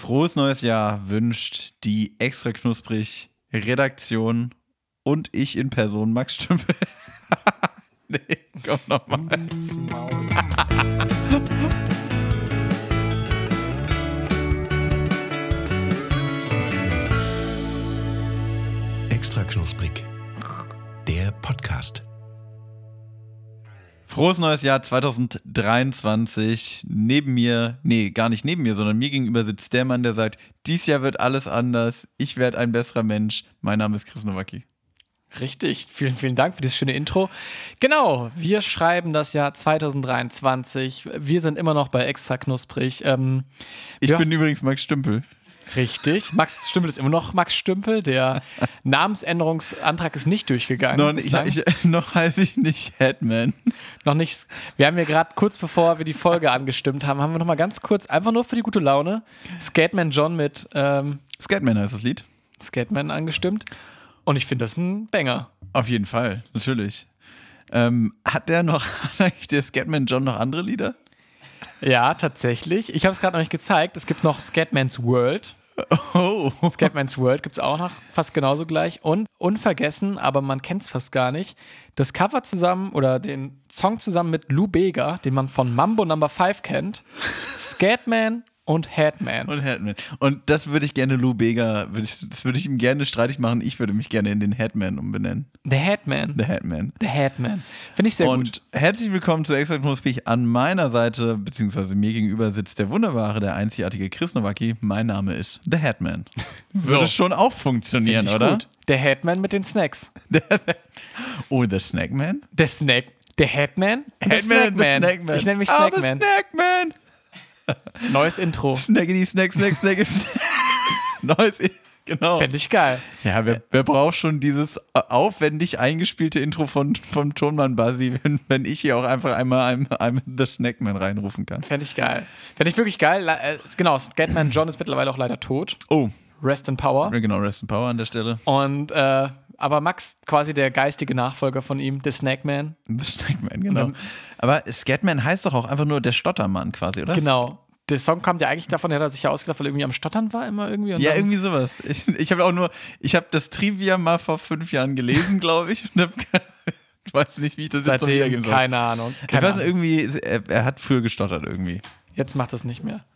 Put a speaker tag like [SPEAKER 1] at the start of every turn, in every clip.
[SPEAKER 1] Frohes neues Jahr wünscht die extra knusprig Redaktion und ich in Person, Max Stümpel. Nee, komm nochmal.
[SPEAKER 2] Extra knusprig. Der Podcast.
[SPEAKER 1] Frohes neues Jahr 2023. Neben mir, gar nicht neben mir, sondern mir gegenüber sitzt der Mann, der sagt, dies Jahr wird alles anders, ich werde ein besserer Mensch. Mein Name ist Chris Nowacki.
[SPEAKER 3] Richtig, vielen, vielen Dank für dieses schöne Intro. Genau, wir schreiben das Jahr 2023. Wir sind immer noch bei Extra Knusprig.
[SPEAKER 1] Ich bin übrigens Max Stümpel.
[SPEAKER 3] Richtig, Max Stümpel ist immer noch Max Stümpel. Der Namensänderungsantrag ist nicht durchgegangen.
[SPEAKER 1] Noch heiße ich nicht Headman.
[SPEAKER 3] Noch nicht. Wir haben ja gerade kurz bevor wir die Folge angestimmt haben, wir noch mal ganz kurz, einfach nur für die gute Laune, Scatman John mit
[SPEAKER 1] Scatman heißt das Lied.
[SPEAKER 3] Scatman angestimmt. Und ich finde das ein Banger.
[SPEAKER 1] Auf jeden Fall, natürlich. Hat eigentlich der Scatman John noch andere Lieder?
[SPEAKER 3] Ja, tatsächlich. Ich habe es gerade noch nicht gezeigt. Es gibt noch Scatman's World.
[SPEAKER 1] Oh.
[SPEAKER 3] Scatman's World gibt es auch noch, fast genauso gleich. Und unvergessen, aber man kennt es fast gar nicht, das Cover zusammen oder den Song zusammen mit Lou Bega, den man von Mambo No. 5 kennt. Scatman und Headman.
[SPEAKER 1] Und das würde ich gerne Lou Bega, das würde ich ihm gerne streitig machen. Ich würde mich gerne in den Headman umbenennen.
[SPEAKER 3] The Headman. Finde ich sehr gut.
[SPEAKER 1] Und herzlich willkommen zu Extra Knusprig. An meiner Seite, beziehungsweise mir gegenüber sitzt der wunderbare, der einzigartige Chris Nowacki. Mein Name ist The Headman.
[SPEAKER 3] So.
[SPEAKER 1] Würde schon auch funktionieren,
[SPEAKER 3] Find ich
[SPEAKER 1] oder?
[SPEAKER 3] Gut. Der Headman mit den Snacks.
[SPEAKER 1] The Snackman?
[SPEAKER 3] Der Headman und der Snackman. Ich nenne mich Snackman.
[SPEAKER 1] Snackman!
[SPEAKER 3] Neues Intro.
[SPEAKER 1] Snackity, Snack. Neues, genau.
[SPEAKER 3] Fände ich geil.
[SPEAKER 1] Ja, wer braucht schon dieses aufwendig eingespielte Intro vom Tonmann Buzzy, wenn ich hier auch einfach einmal I'm The Snackman reinrufen kann.
[SPEAKER 3] Fände ich geil. Fände ich wirklich geil. Genau, Scatman John ist mittlerweile auch leider tot.
[SPEAKER 1] Oh.
[SPEAKER 3] Rest in Power.
[SPEAKER 1] Genau, Rest in Power an der Stelle.
[SPEAKER 3] Und, aber Max, quasi der geistige Nachfolger von ihm, The Snackman.
[SPEAKER 1] The Snackman, genau. Aber Scatman heißt doch auch einfach nur der Stottermann quasi, oder?
[SPEAKER 3] Genau. Der Song kommt ja eigentlich davon, der hat er sich ja ausgedacht, weil er irgendwie am Stottern war immer irgendwie. Und
[SPEAKER 1] ja, irgendwie sowas. Ich habe das Trivia mal vor 5 Jahren gelesen, glaube ich. Und ich weiß nicht, wie ich das jetzt so wiedergeben soll.
[SPEAKER 3] Keine Ahnung.
[SPEAKER 1] Ich weiß nicht, irgendwie, er hat früher gestottert irgendwie.
[SPEAKER 3] Jetzt macht das nicht mehr.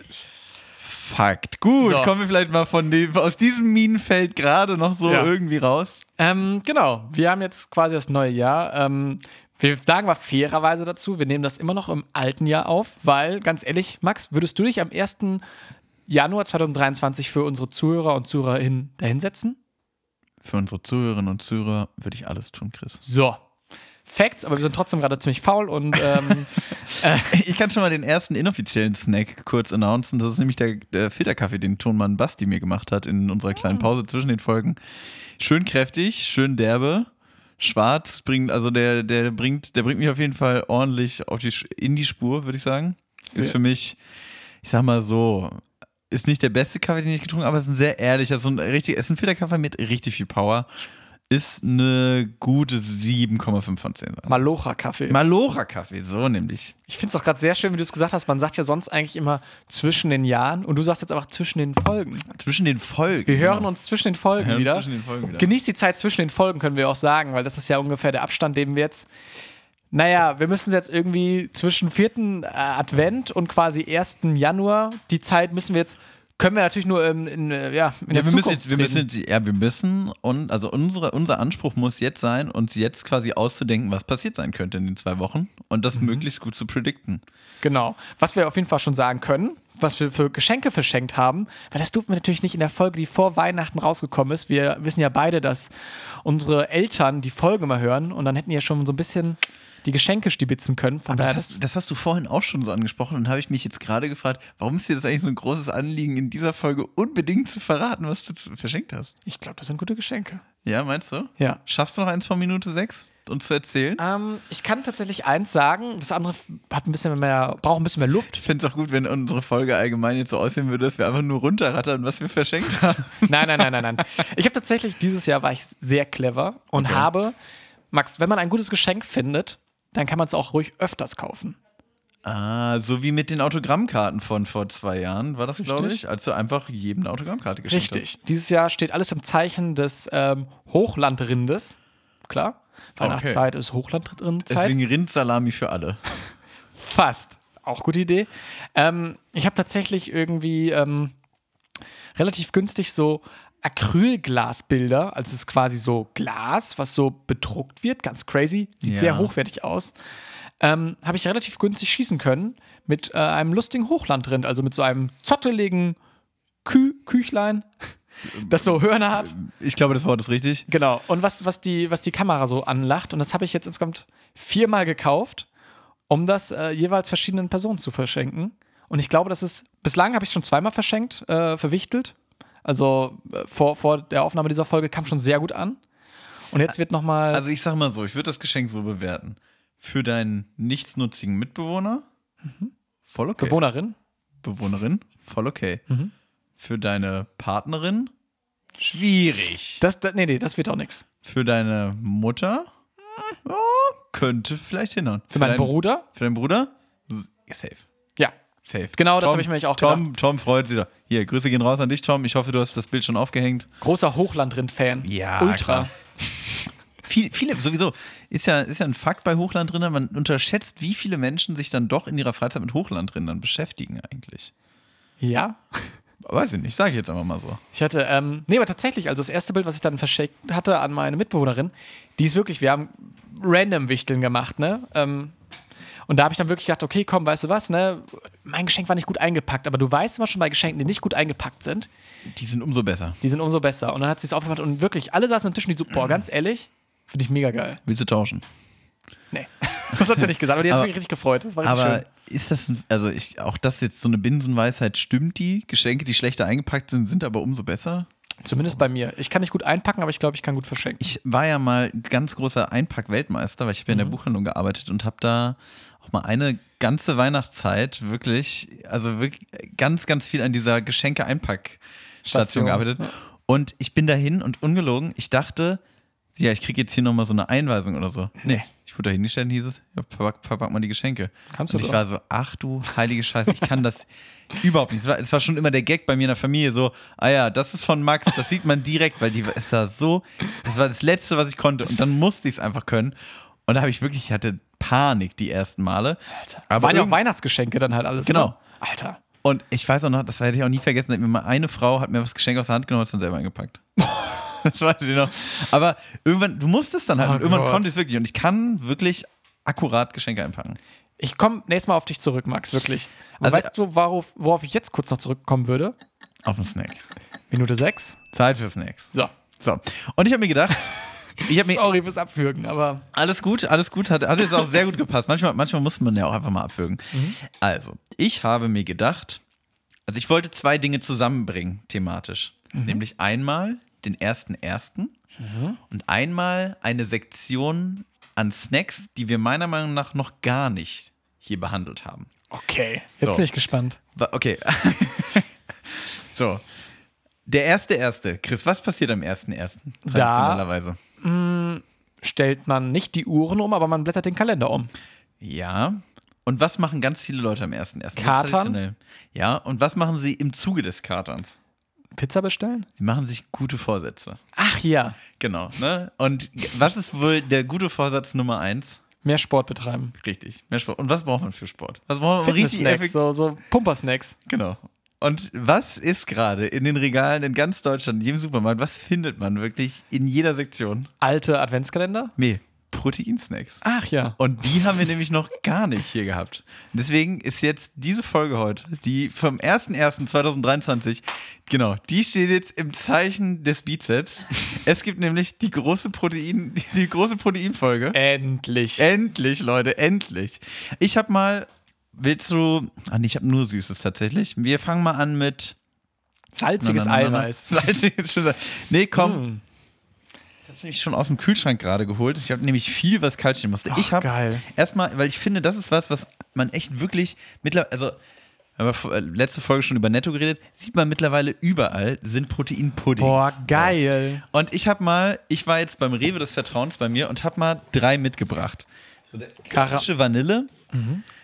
[SPEAKER 1] Fakt. Gut, so. Kommen wir vielleicht mal aus diesem Minenfeld gerade noch so irgendwie raus.
[SPEAKER 3] Genau, wir haben jetzt quasi das neue Jahr. Wir sagen mal fairerweise dazu, wir nehmen das immer noch im alten Jahr auf, weil, ganz ehrlich, Max, würdest du dich am 1. Januar 2023 für unsere Zuhörer und Zuhörerinnen dahinsetzen?
[SPEAKER 1] Für unsere Zuhörerinnen und Zuhörer würde ich alles tun, Chris.
[SPEAKER 3] So. Facts, aber wir sind trotzdem gerade ziemlich faul und
[SPEAKER 1] ich kann schon mal den ersten inoffiziellen Snack kurz announcen. Das ist nämlich der Filterkaffee, den Tonmann Basti mir gemacht hat in unserer kleinen Pause zwischen den Folgen. Schön kräftig, schön derbe, schwarz, der bringt mich auf jeden Fall ordentlich in die Spur, würde ich sagen. Ist für mich, ich sag mal so, ist nicht der beste Kaffee, den ich getrunken habe, aber es ist ein sehr ehrlicher, ist ein Filterkaffee mit richtig viel Power. Ist eine gute 7,5 von 10. Malocha-Kaffee, so nämlich.
[SPEAKER 3] Ich finde es auch gerade sehr schön, wie du es gesagt hast. Man sagt ja sonst eigentlich immer zwischen den Jahren und du sagst jetzt einfach zwischen den Folgen.
[SPEAKER 1] Zwischen den Folgen.
[SPEAKER 3] Wir hören uns zwischen den Folgen wieder. Genießt die Zeit zwischen den Folgen, können wir auch sagen, weil das ist ja ungefähr der Abstand, den wir jetzt. Naja, wir müssen jetzt irgendwie zwischen 4. Advent und quasi 1. Januar, die Zeit können wir natürlich nur in der Zukunft
[SPEAKER 1] wir müssen und also unser Anspruch muss jetzt sein, uns jetzt quasi auszudenken, was passiert sein könnte in den 2 Wochen und das möglichst gut zu predikten.
[SPEAKER 3] Genau. Was wir auf jeden Fall schon sagen können, was wir für Geschenke verschenkt haben, weil das durften wir natürlich nicht in der Folge, die vor Weihnachten rausgekommen ist. Wir wissen ja beide, dass unsere Eltern die Folge mal hören und dann hätten die ja schon so ein bisschen die Geschenke stibitzen können.
[SPEAKER 1] Das hast du vorhin auch schon so angesprochen und habe ich mich jetzt gerade gefragt, warum ist dir das eigentlich so ein großes Anliegen, in dieser Folge unbedingt zu verraten, was du verschenkt hast?
[SPEAKER 3] Ich glaube, das sind gute Geschenke.
[SPEAKER 1] Ja, meinst du?
[SPEAKER 3] Ja.
[SPEAKER 1] Schaffst du noch eins von Minute 6, uns zu erzählen?
[SPEAKER 3] Ich kann tatsächlich eins sagen, das andere braucht ein bisschen mehr Luft.
[SPEAKER 1] Ich finde es auch gut, wenn unsere Folge allgemein jetzt so aussehen würde, dass wir einfach nur runterrattern, was wir verschenkt haben.
[SPEAKER 3] Nein. Ich habe tatsächlich, dieses Jahr war ich sehr clever und habe, Max, wenn man ein gutes Geschenk findet, dann kann man es auch ruhig öfters kaufen.
[SPEAKER 1] So wie mit den Autogrammkarten von vor 2 Jahren war das, glaube ich, als du einfach jedem eine Autogrammkarte geschenkt hast.
[SPEAKER 3] Richtig. Dieses Jahr steht alles im Zeichen des Hochlandrindes. Klar. Weihnachtszeit ist Hochlandrindzeit.
[SPEAKER 1] Deswegen Rindsalami für alle.
[SPEAKER 3] Fast. Auch gute Idee. Ich habe tatsächlich irgendwie relativ günstig so Acrylglasbilder, also es ist quasi so Glas, was so bedruckt wird, ganz crazy, sieht sehr hochwertig aus. Habe ich relativ günstig schießen können mit einem lustigen Hochlandrind, also mit so einem zotteligen Küchlein, das so Hörner hat.
[SPEAKER 1] Ich glaube, das Wort ist richtig.
[SPEAKER 3] Genau. Und was die Kamera so anlacht. Und das habe ich jetzt insgesamt 4-mal gekauft, um das jeweils verschiedenen Personen zu verschenken. Und ich glaube, bislang habe ich es schon 2-mal verschenkt, verwichtelt. Also vor der Aufnahme dieser Folge kam schon sehr gut an. Und jetzt wird nochmal.
[SPEAKER 1] Also ich sag mal so, ich würde das Geschenk so bewerten. Für deinen nichtsnutzigen Mitbewohner, voll okay. Bewohnerin, voll okay. Für deine Partnerin, schwierig.
[SPEAKER 3] Das wird auch nichts.
[SPEAKER 1] Für deine Mutter, könnte vielleicht hinhauen.
[SPEAKER 3] Für meinen Bruder?
[SPEAKER 1] Für deinen Bruder, safe.
[SPEAKER 3] Ja.
[SPEAKER 1] Safe.
[SPEAKER 3] Genau, das habe ich mir auch gedacht.
[SPEAKER 1] Tom freut sich. Hier, Grüße gehen raus an dich, Tom. Ich hoffe, du hast das Bild schon aufgehängt.
[SPEAKER 3] Großer Hochlandrind-Fan.
[SPEAKER 1] Ja,
[SPEAKER 3] Ultra.
[SPEAKER 1] Klar. Viele, sowieso, ist ja ein Fakt bei Hochlandrindern, man unterschätzt, wie viele Menschen sich dann doch in ihrer Freizeit mit Hochlandrindern beschäftigen eigentlich.
[SPEAKER 3] Ja?
[SPEAKER 1] Weiß ich nicht, sage ich jetzt einfach mal so.
[SPEAKER 3] Ich hatte, aber tatsächlich, also das erste Bild, was ich dann verschickt hatte an meine Mitbewohnerin, die ist wirklich, wir haben random Wichteln gemacht, ne? Und da habe ich dann wirklich gedacht, okay, komm, weißt du was, ne? Mein Geschenk war nicht gut eingepackt, aber du weißt immer schon bei Geschenken, die nicht gut eingepackt sind.
[SPEAKER 1] Die sind umso besser.
[SPEAKER 3] Und dann hat sie es aufgemacht und wirklich, alle saßen am Tisch und die so, boah, ganz ehrlich, finde ich mega geil.
[SPEAKER 1] Willst du tauschen?
[SPEAKER 3] Nee. Das hat sie nicht gesagt, aber die hat sich wirklich richtig gefreut. Das war richtig schön.
[SPEAKER 1] Aber ist das, auch das jetzt so eine Binsenweisheit, stimmt die? Geschenke, die schlechter eingepackt sind aber umso besser?
[SPEAKER 3] Zumindest bei mir. Ich kann nicht gut einpacken, aber ich glaube, ich kann gut verschenken.
[SPEAKER 1] Ich war ja mal ganz großer Einpack-Weltmeister, weil ich habe ja in der Buchhandlung gearbeitet und habe da auch mal eine ganze Weihnachtszeit wirklich ganz, ganz viel an dieser Geschenke-Einpack-Station gearbeitet. Ja. Und ich bin dahin und ungelogen, ich dachte, ja, ich kriege jetzt hier nochmal so eine Einweisung oder so. Nee, ich wurde da hingestellt und hieß es, ja, verpack mal die Geschenke.
[SPEAKER 3] Kannst du
[SPEAKER 1] und ich
[SPEAKER 3] doch.
[SPEAKER 1] war so, ach du heilige Scheiße, ich kann das überhaupt nicht. Es war schon immer der Gag bei mir in der Familie, so, das ist von Max, das sieht man direkt, weil das war das Letzte, was ich konnte und dann musste ich es einfach können. Und da ich hatte Panik die ersten Male.
[SPEAKER 3] Alter. Aber waren ja auch Weihnachtsgeschenke dann halt alles.
[SPEAKER 1] Genau.
[SPEAKER 3] Oder? Alter.
[SPEAKER 1] Und ich weiß auch noch, das werde ich auch nie vergessen, eine Frau hat mir das Geschenk aus der Hand genommen und es dann selber eingepackt. Das weiß ich noch. Aber irgendwann, du musstest dann halt, irgendwann konnte ich es wirklich. Und ich kann wirklich akkurat Geschenke einpacken.
[SPEAKER 3] Ich komme nächstes Mal auf dich zurück, Max, wirklich. Aber weißt du, worauf ich jetzt kurz noch zurückkommen würde?
[SPEAKER 1] Auf den Snack.
[SPEAKER 3] Minute 6.
[SPEAKER 1] Zeit für Snacks.
[SPEAKER 3] So.
[SPEAKER 1] Und ich habe mir gedacht,
[SPEAKER 3] sorry fürs Abwürgen, aber.
[SPEAKER 1] Alles gut. Hat jetzt auch sehr gut gepasst. Manchmal muss man ja auch einfach mal abwürgen. Also, ich habe mir gedacht, ich wollte 2 Dinge zusammenbringen, thematisch. Nämlich einmal den 1.1. Und einmal eine Sektion an Snacks, die wir meiner Meinung nach noch gar nicht hier behandelt haben.
[SPEAKER 3] Okay, jetzt bin ich gespannt.
[SPEAKER 1] Okay. So. Der 1.1. Chris, was passiert am 1.1. traditionellerweise?
[SPEAKER 3] Stellt man nicht die Uhren um, aber man blättert den Kalender um.
[SPEAKER 1] Ja. Und was machen ganz viele Leute am 1.1.?
[SPEAKER 3] Katern?
[SPEAKER 1] Ja. Und was machen sie im Zuge des Katerns?
[SPEAKER 3] Pizza bestellen?
[SPEAKER 1] Sie machen sich gute Vorsätze.
[SPEAKER 3] Ach ja.
[SPEAKER 1] Genau. Ne? Und was ist wohl der gute Vorsatz Nummer 1?
[SPEAKER 3] Mehr Sport betreiben.
[SPEAKER 1] Richtig, mehr Sport. Und was braucht man für Sport? Was braucht man?
[SPEAKER 3] Fitness-Snacks, so Pumper-Snacks.
[SPEAKER 1] Genau. Und was ist gerade in den Regalen in ganz Deutschland, in jedem Supermarkt, was findet man wirklich in jeder Sektion?
[SPEAKER 3] Alte Adventskalender?
[SPEAKER 1] Nee, Proteinsnacks.
[SPEAKER 3] Ach ja.
[SPEAKER 1] Und die haben wir nämlich noch gar nicht hier gehabt. Deswegen ist jetzt diese Folge heute, die vom 1.1.2023, genau, die steht jetzt im Zeichen des Bizeps. Es gibt nämlich die große Proteinfolge.
[SPEAKER 3] Endlich.
[SPEAKER 1] Endlich, Leute, endlich. Ich habe mal, ich habe nur Süßes tatsächlich. Wir fangen mal an mit
[SPEAKER 3] salziges Eiweiß.
[SPEAKER 1] Nee, komm. Ich habe es nämlich schon aus dem Kühlschrank gerade geholt. Ich habe nämlich viel, was kalt stehen musste. Ich habe erstmal, weil ich finde, das ist was man echt wirklich mittlerweile, also wir haben letzte Folge schon über Netto geredet, sieht man mittlerweile überall, sind Proteinpuddings.
[SPEAKER 3] Boah, geil.
[SPEAKER 1] So. Und ich war jetzt beim Rewe des Vertrauens bei mir und habe mal 3 mitgebracht. So, der klassische Vanille,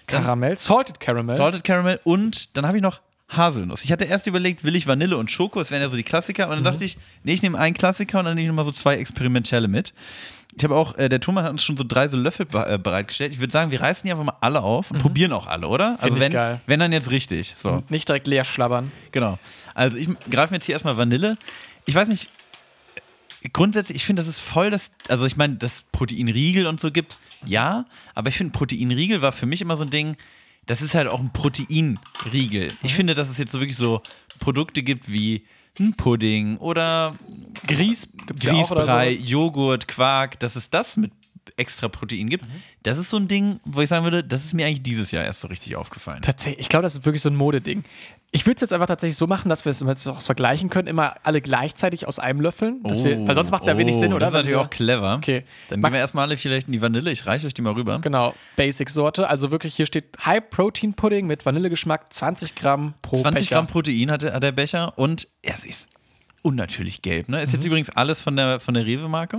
[SPEAKER 3] Karamell, Salted Caramel
[SPEAKER 1] und dann habe ich noch Haselnuss. Ich hatte erst überlegt, will ich Vanille und Schoko, das wären ja so die Klassiker, und dann dachte ich, nee, ich nehme einen Klassiker und dann nehme ich nochmal so 2 experimentelle mit. Ich habe auch, der Thomas hat uns schon so 3 so Löffel bereitgestellt. Ich würde sagen, wir reißen die einfach mal alle auf und probieren auch alle, oder? Also wenn dann jetzt richtig. So.
[SPEAKER 3] Und nicht direkt leer schlabbern.
[SPEAKER 1] Genau. Also ich greife mir jetzt hier erstmal Vanille. Ich weiß nicht, grundsätzlich, ich finde, das ist voll also ich meine, dass Proteinriegel und so gibt, ja, aber ich finde, Proteinriegel war für mich immer so ein Ding, das ist halt auch ein Proteinriegel. Ich finde, dass es jetzt so wirklich so Produkte gibt wie ein Pudding oder Grießbrei, Joghurt, Quark, dass es das mit extra Protein gibt. Das ist so ein Ding, wo ich sagen würde, das ist mir eigentlich dieses Jahr erst so richtig aufgefallen.
[SPEAKER 3] Tatsächlich, ich glaube, das ist wirklich so ein Modeding. Ich würde es jetzt einfach tatsächlich so machen, dass wir es auch vergleichen können, immer alle gleichzeitig aus einem löffeln. Weil sonst macht es ja wenig Sinn, oder?
[SPEAKER 1] Das ist natürlich auch clever.
[SPEAKER 3] Okay.
[SPEAKER 1] Dann gehen wir erstmal alle vielleicht in die Vanille. Ich reiche euch die mal rüber.
[SPEAKER 3] Genau, Basic-Sorte. Also wirklich, hier steht High-Protein-Pudding mit Vanillegeschmack, 20 Gramm pro
[SPEAKER 1] 20
[SPEAKER 3] Becher.
[SPEAKER 1] Gramm Protein hat der Becher und es ist unnatürlich gelb. Ne? Ist jetzt übrigens alles von der Rewe-Marke.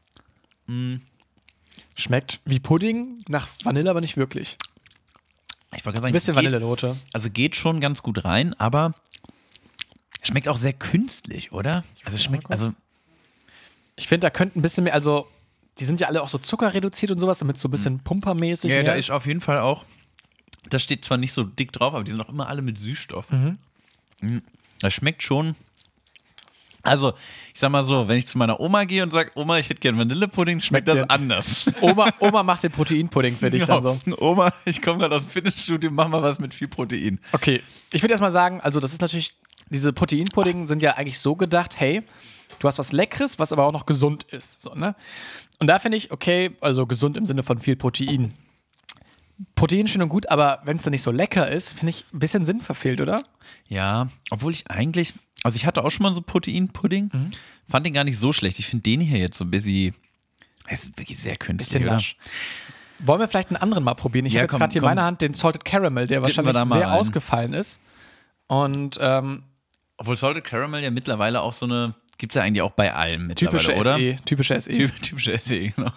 [SPEAKER 3] Schmeckt wie Pudding, nach Vanille aber nicht wirklich.
[SPEAKER 1] Ich wollte gerade sagen,
[SPEAKER 3] ein bisschen Vanillenote.
[SPEAKER 1] Also geht schon ganz gut rein, aber schmeckt auch sehr künstlich, oder? Also schmeckt,
[SPEAKER 3] ich finde, da könnte ein bisschen mehr, also die sind ja alle auch so zuckerreduziert und sowas, damit so ein bisschen pumpermäßig.
[SPEAKER 1] Ja, da ist auf jeden Fall auch, das steht zwar nicht so dick drauf, aber die sind auch immer alle mit Süßstoff. Das schmeckt schon. Also, ich sag mal so, wenn ich zu meiner Oma gehe und sage, Oma, ich hätte gern Vanillepudding, schmeckt das anders.
[SPEAKER 3] Oma macht den Proteinpudding für dich dann so.
[SPEAKER 1] Oma, ich komme gerade aus dem Fitnessstudio, mach mal was mit viel Protein.
[SPEAKER 3] Okay, ich würde erstmal sagen, also das ist natürlich, diese Proteinpudding sind ja eigentlich so gedacht, hey, du hast was Leckeres, was aber auch noch gesund ist. So, ne? Und da finde ich, okay, also gesund im Sinne von viel Protein. Protein schön und gut, aber wenn es dann nicht so lecker ist, finde ich ein bisschen Sinn verfehlt, oder?
[SPEAKER 1] Ja, obwohl ich eigentlich, also ich hatte auch schon mal so Proteinpudding, fand den gar nicht so schlecht. Ich finde den hier jetzt so ein bisschen, es ist wirklich sehr künstlich,
[SPEAKER 3] bisschen lasch. Wollen wir vielleicht einen anderen mal probieren? Ich habe jetzt gerade hier in meiner Hand den Salted Caramel, der wahrscheinlich sehr ausgefallen ist. Und
[SPEAKER 1] obwohl Salted Caramel ja mittlerweile auch so eine, gibt es ja eigentlich auch bei allem mittlerweile, oder?
[SPEAKER 3] Typische SE.
[SPEAKER 1] Typische SE, genau.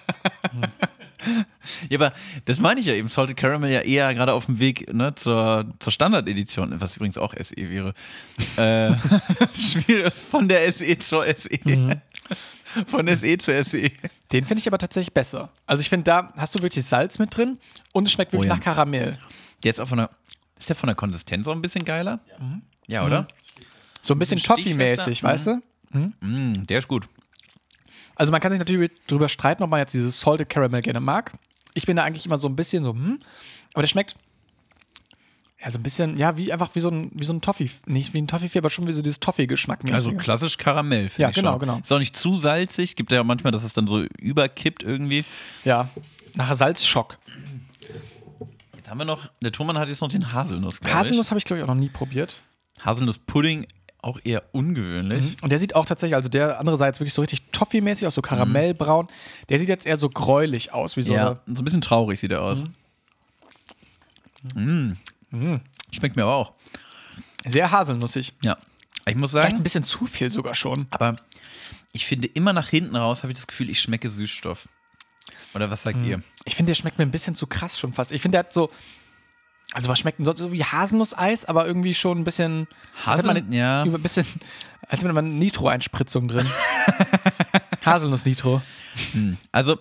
[SPEAKER 1] Ja, aber das meine ich ja eben, Salted Caramel ja eher gerade auf dem Weg, ne, zur Standard-Edition, was übrigens auch SE wäre. Schwierig, von der SE zur SE. Von SE zur SE.
[SPEAKER 3] Den finde ich aber tatsächlich besser. Also ich finde, da hast du wirklich Salz mit drin und es schmeckt wirklich nach Karamell.
[SPEAKER 1] Der ist auch ist der von der Konsistenz auch ein bisschen geiler? Ja, oder?
[SPEAKER 3] So ein bisschen Toffee-mäßig, weißt du?
[SPEAKER 1] Der ist gut.
[SPEAKER 3] Also man kann sich natürlich darüber streiten, ob man jetzt dieses Salted Caramel gerne mag. Ich bin da eigentlich immer so ein bisschen so, aber der schmeckt ja so ein bisschen, ja, wie so ein Toffee, nicht wie ein Toffee, aber schon wie so dieses Toffee-Geschmack.
[SPEAKER 1] Also klassisch Karamell, finde ich
[SPEAKER 3] genau.
[SPEAKER 1] Ist auch nicht zu salzig, gibt ja manchmal, dass es dann so überkippt irgendwie.
[SPEAKER 3] Ja, nach Salzschock.
[SPEAKER 1] Jetzt haben wir noch, der Thomann hat jetzt noch den Haselnuss, glaube ich.
[SPEAKER 3] Haselnuss habe ich, glaube ich, auch noch nie probiert.
[SPEAKER 1] Haselnuss-Pudding, auch eher ungewöhnlich.
[SPEAKER 3] Und der sieht auch tatsächlich, also der andere sah jetzt wirklich so richtig Toffee-mäßig aus, so karamellbraun. Der sieht jetzt eher so gräulich aus, wie so
[SPEAKER 1] so ein bisschen traurig sieht er aus. Schmeckt mir aber auch.
[SPEAKER 3] Sehr haselnussig.
[SPEAKER 1] Ja. Ich muss sagen,
[SPEAKER 3] vielleicht ein bisschen zu viel sogar schon.
[SPEAKER 1] Aber ich finde immer nach hinten raus, habe ich das Gefühl, ich schmecke Süßstoff. Oder was sagt ihr?
[SPEAKER 3] Ich finde, der schmeckt mir ein bisschen zu krass schon fast. Ich finde, der hat so, also was schmeckt denn sonst so wie Haselnusseis, aber irgendwie schon ein bisschen, ein bisschen, als hätte man Nitro-Einspritzung drin. Haselnuss-Nitro.
[SPEAKER 1] Also,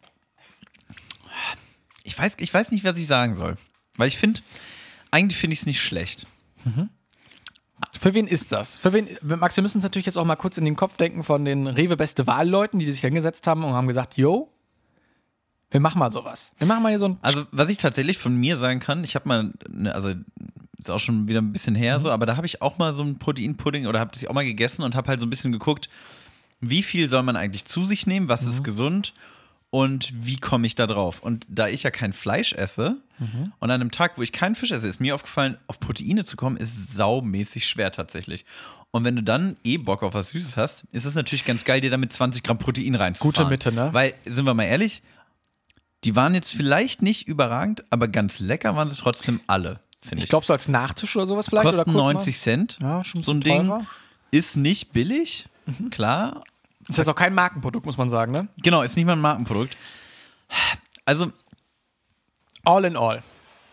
[SPEAKER 1] ich weiß nicht, was ich sagen soll. Weil eigentlich finde ich es nicht schlecht.
[SPEAKER 3] Für wen ist das? Max, wir müssen uns natürlich jetzt auch mal kurz in den Kopf denken von den Rewe-Beste-Wahl-Leuten, die sich hingesetzt haben und haben gesagt, yo, wir machen mal sowas. Wir machen mal hier so ein...
[SPEAKER 1] Also, was ich tatsächlich von mir sagen kann, ich habe mal, also ist auch schon wieder ein bisschen her so, aber da habe ich auch mal so einen Proteinpudding oder habe das auch mal gegessen und habe halt so ein bisschen geguckt, wie viel soll man eigentlich zu sich nehmen, was ist gesund und wie komme ich da drauf? Und da ich ja kein Fleisch esse und an einem Tag, wo ich keinen Fisch esse, ist mir aufgefallen, auf Proteine zu kommen, ist saumäßig schwer tatsächlich. Und wenn du dann Bock auf was Süßes hast, ist es natürlich ganz geil, dir damit 20 Gramm Protein reinzufahren.
[SPEAKER 3] Gute Mitte, ne?
[SPEAKER 1] Weil, sind wir mal ehrlich, die waren jetzt vielleicht nicht überragend, aber ganz lecker waren sie trotzdem alle, finde ich.
[SPEAKER 3] Ich glaube, so als Nachtisch oder sowas vielleicht.
[SPEAKER 1] Kosten
[SPEAKER 3] oder
[SPEAKER 1] 90 Cent.
[SPEAKER 3] Ja, schon
[SPEAKER 1] so ein
[SPEAKER 3] teurer.
[SPEAKER 1] Ding ist nicht billig, klar.
[SPEAKER 3] Ist jetzt auch kein Markenprodukt, muss man sagen, ne?
[SPEAKER 1] Genau, ist nicht mal ein Markenprodukt. Also
[SPEAKER 3] all in all.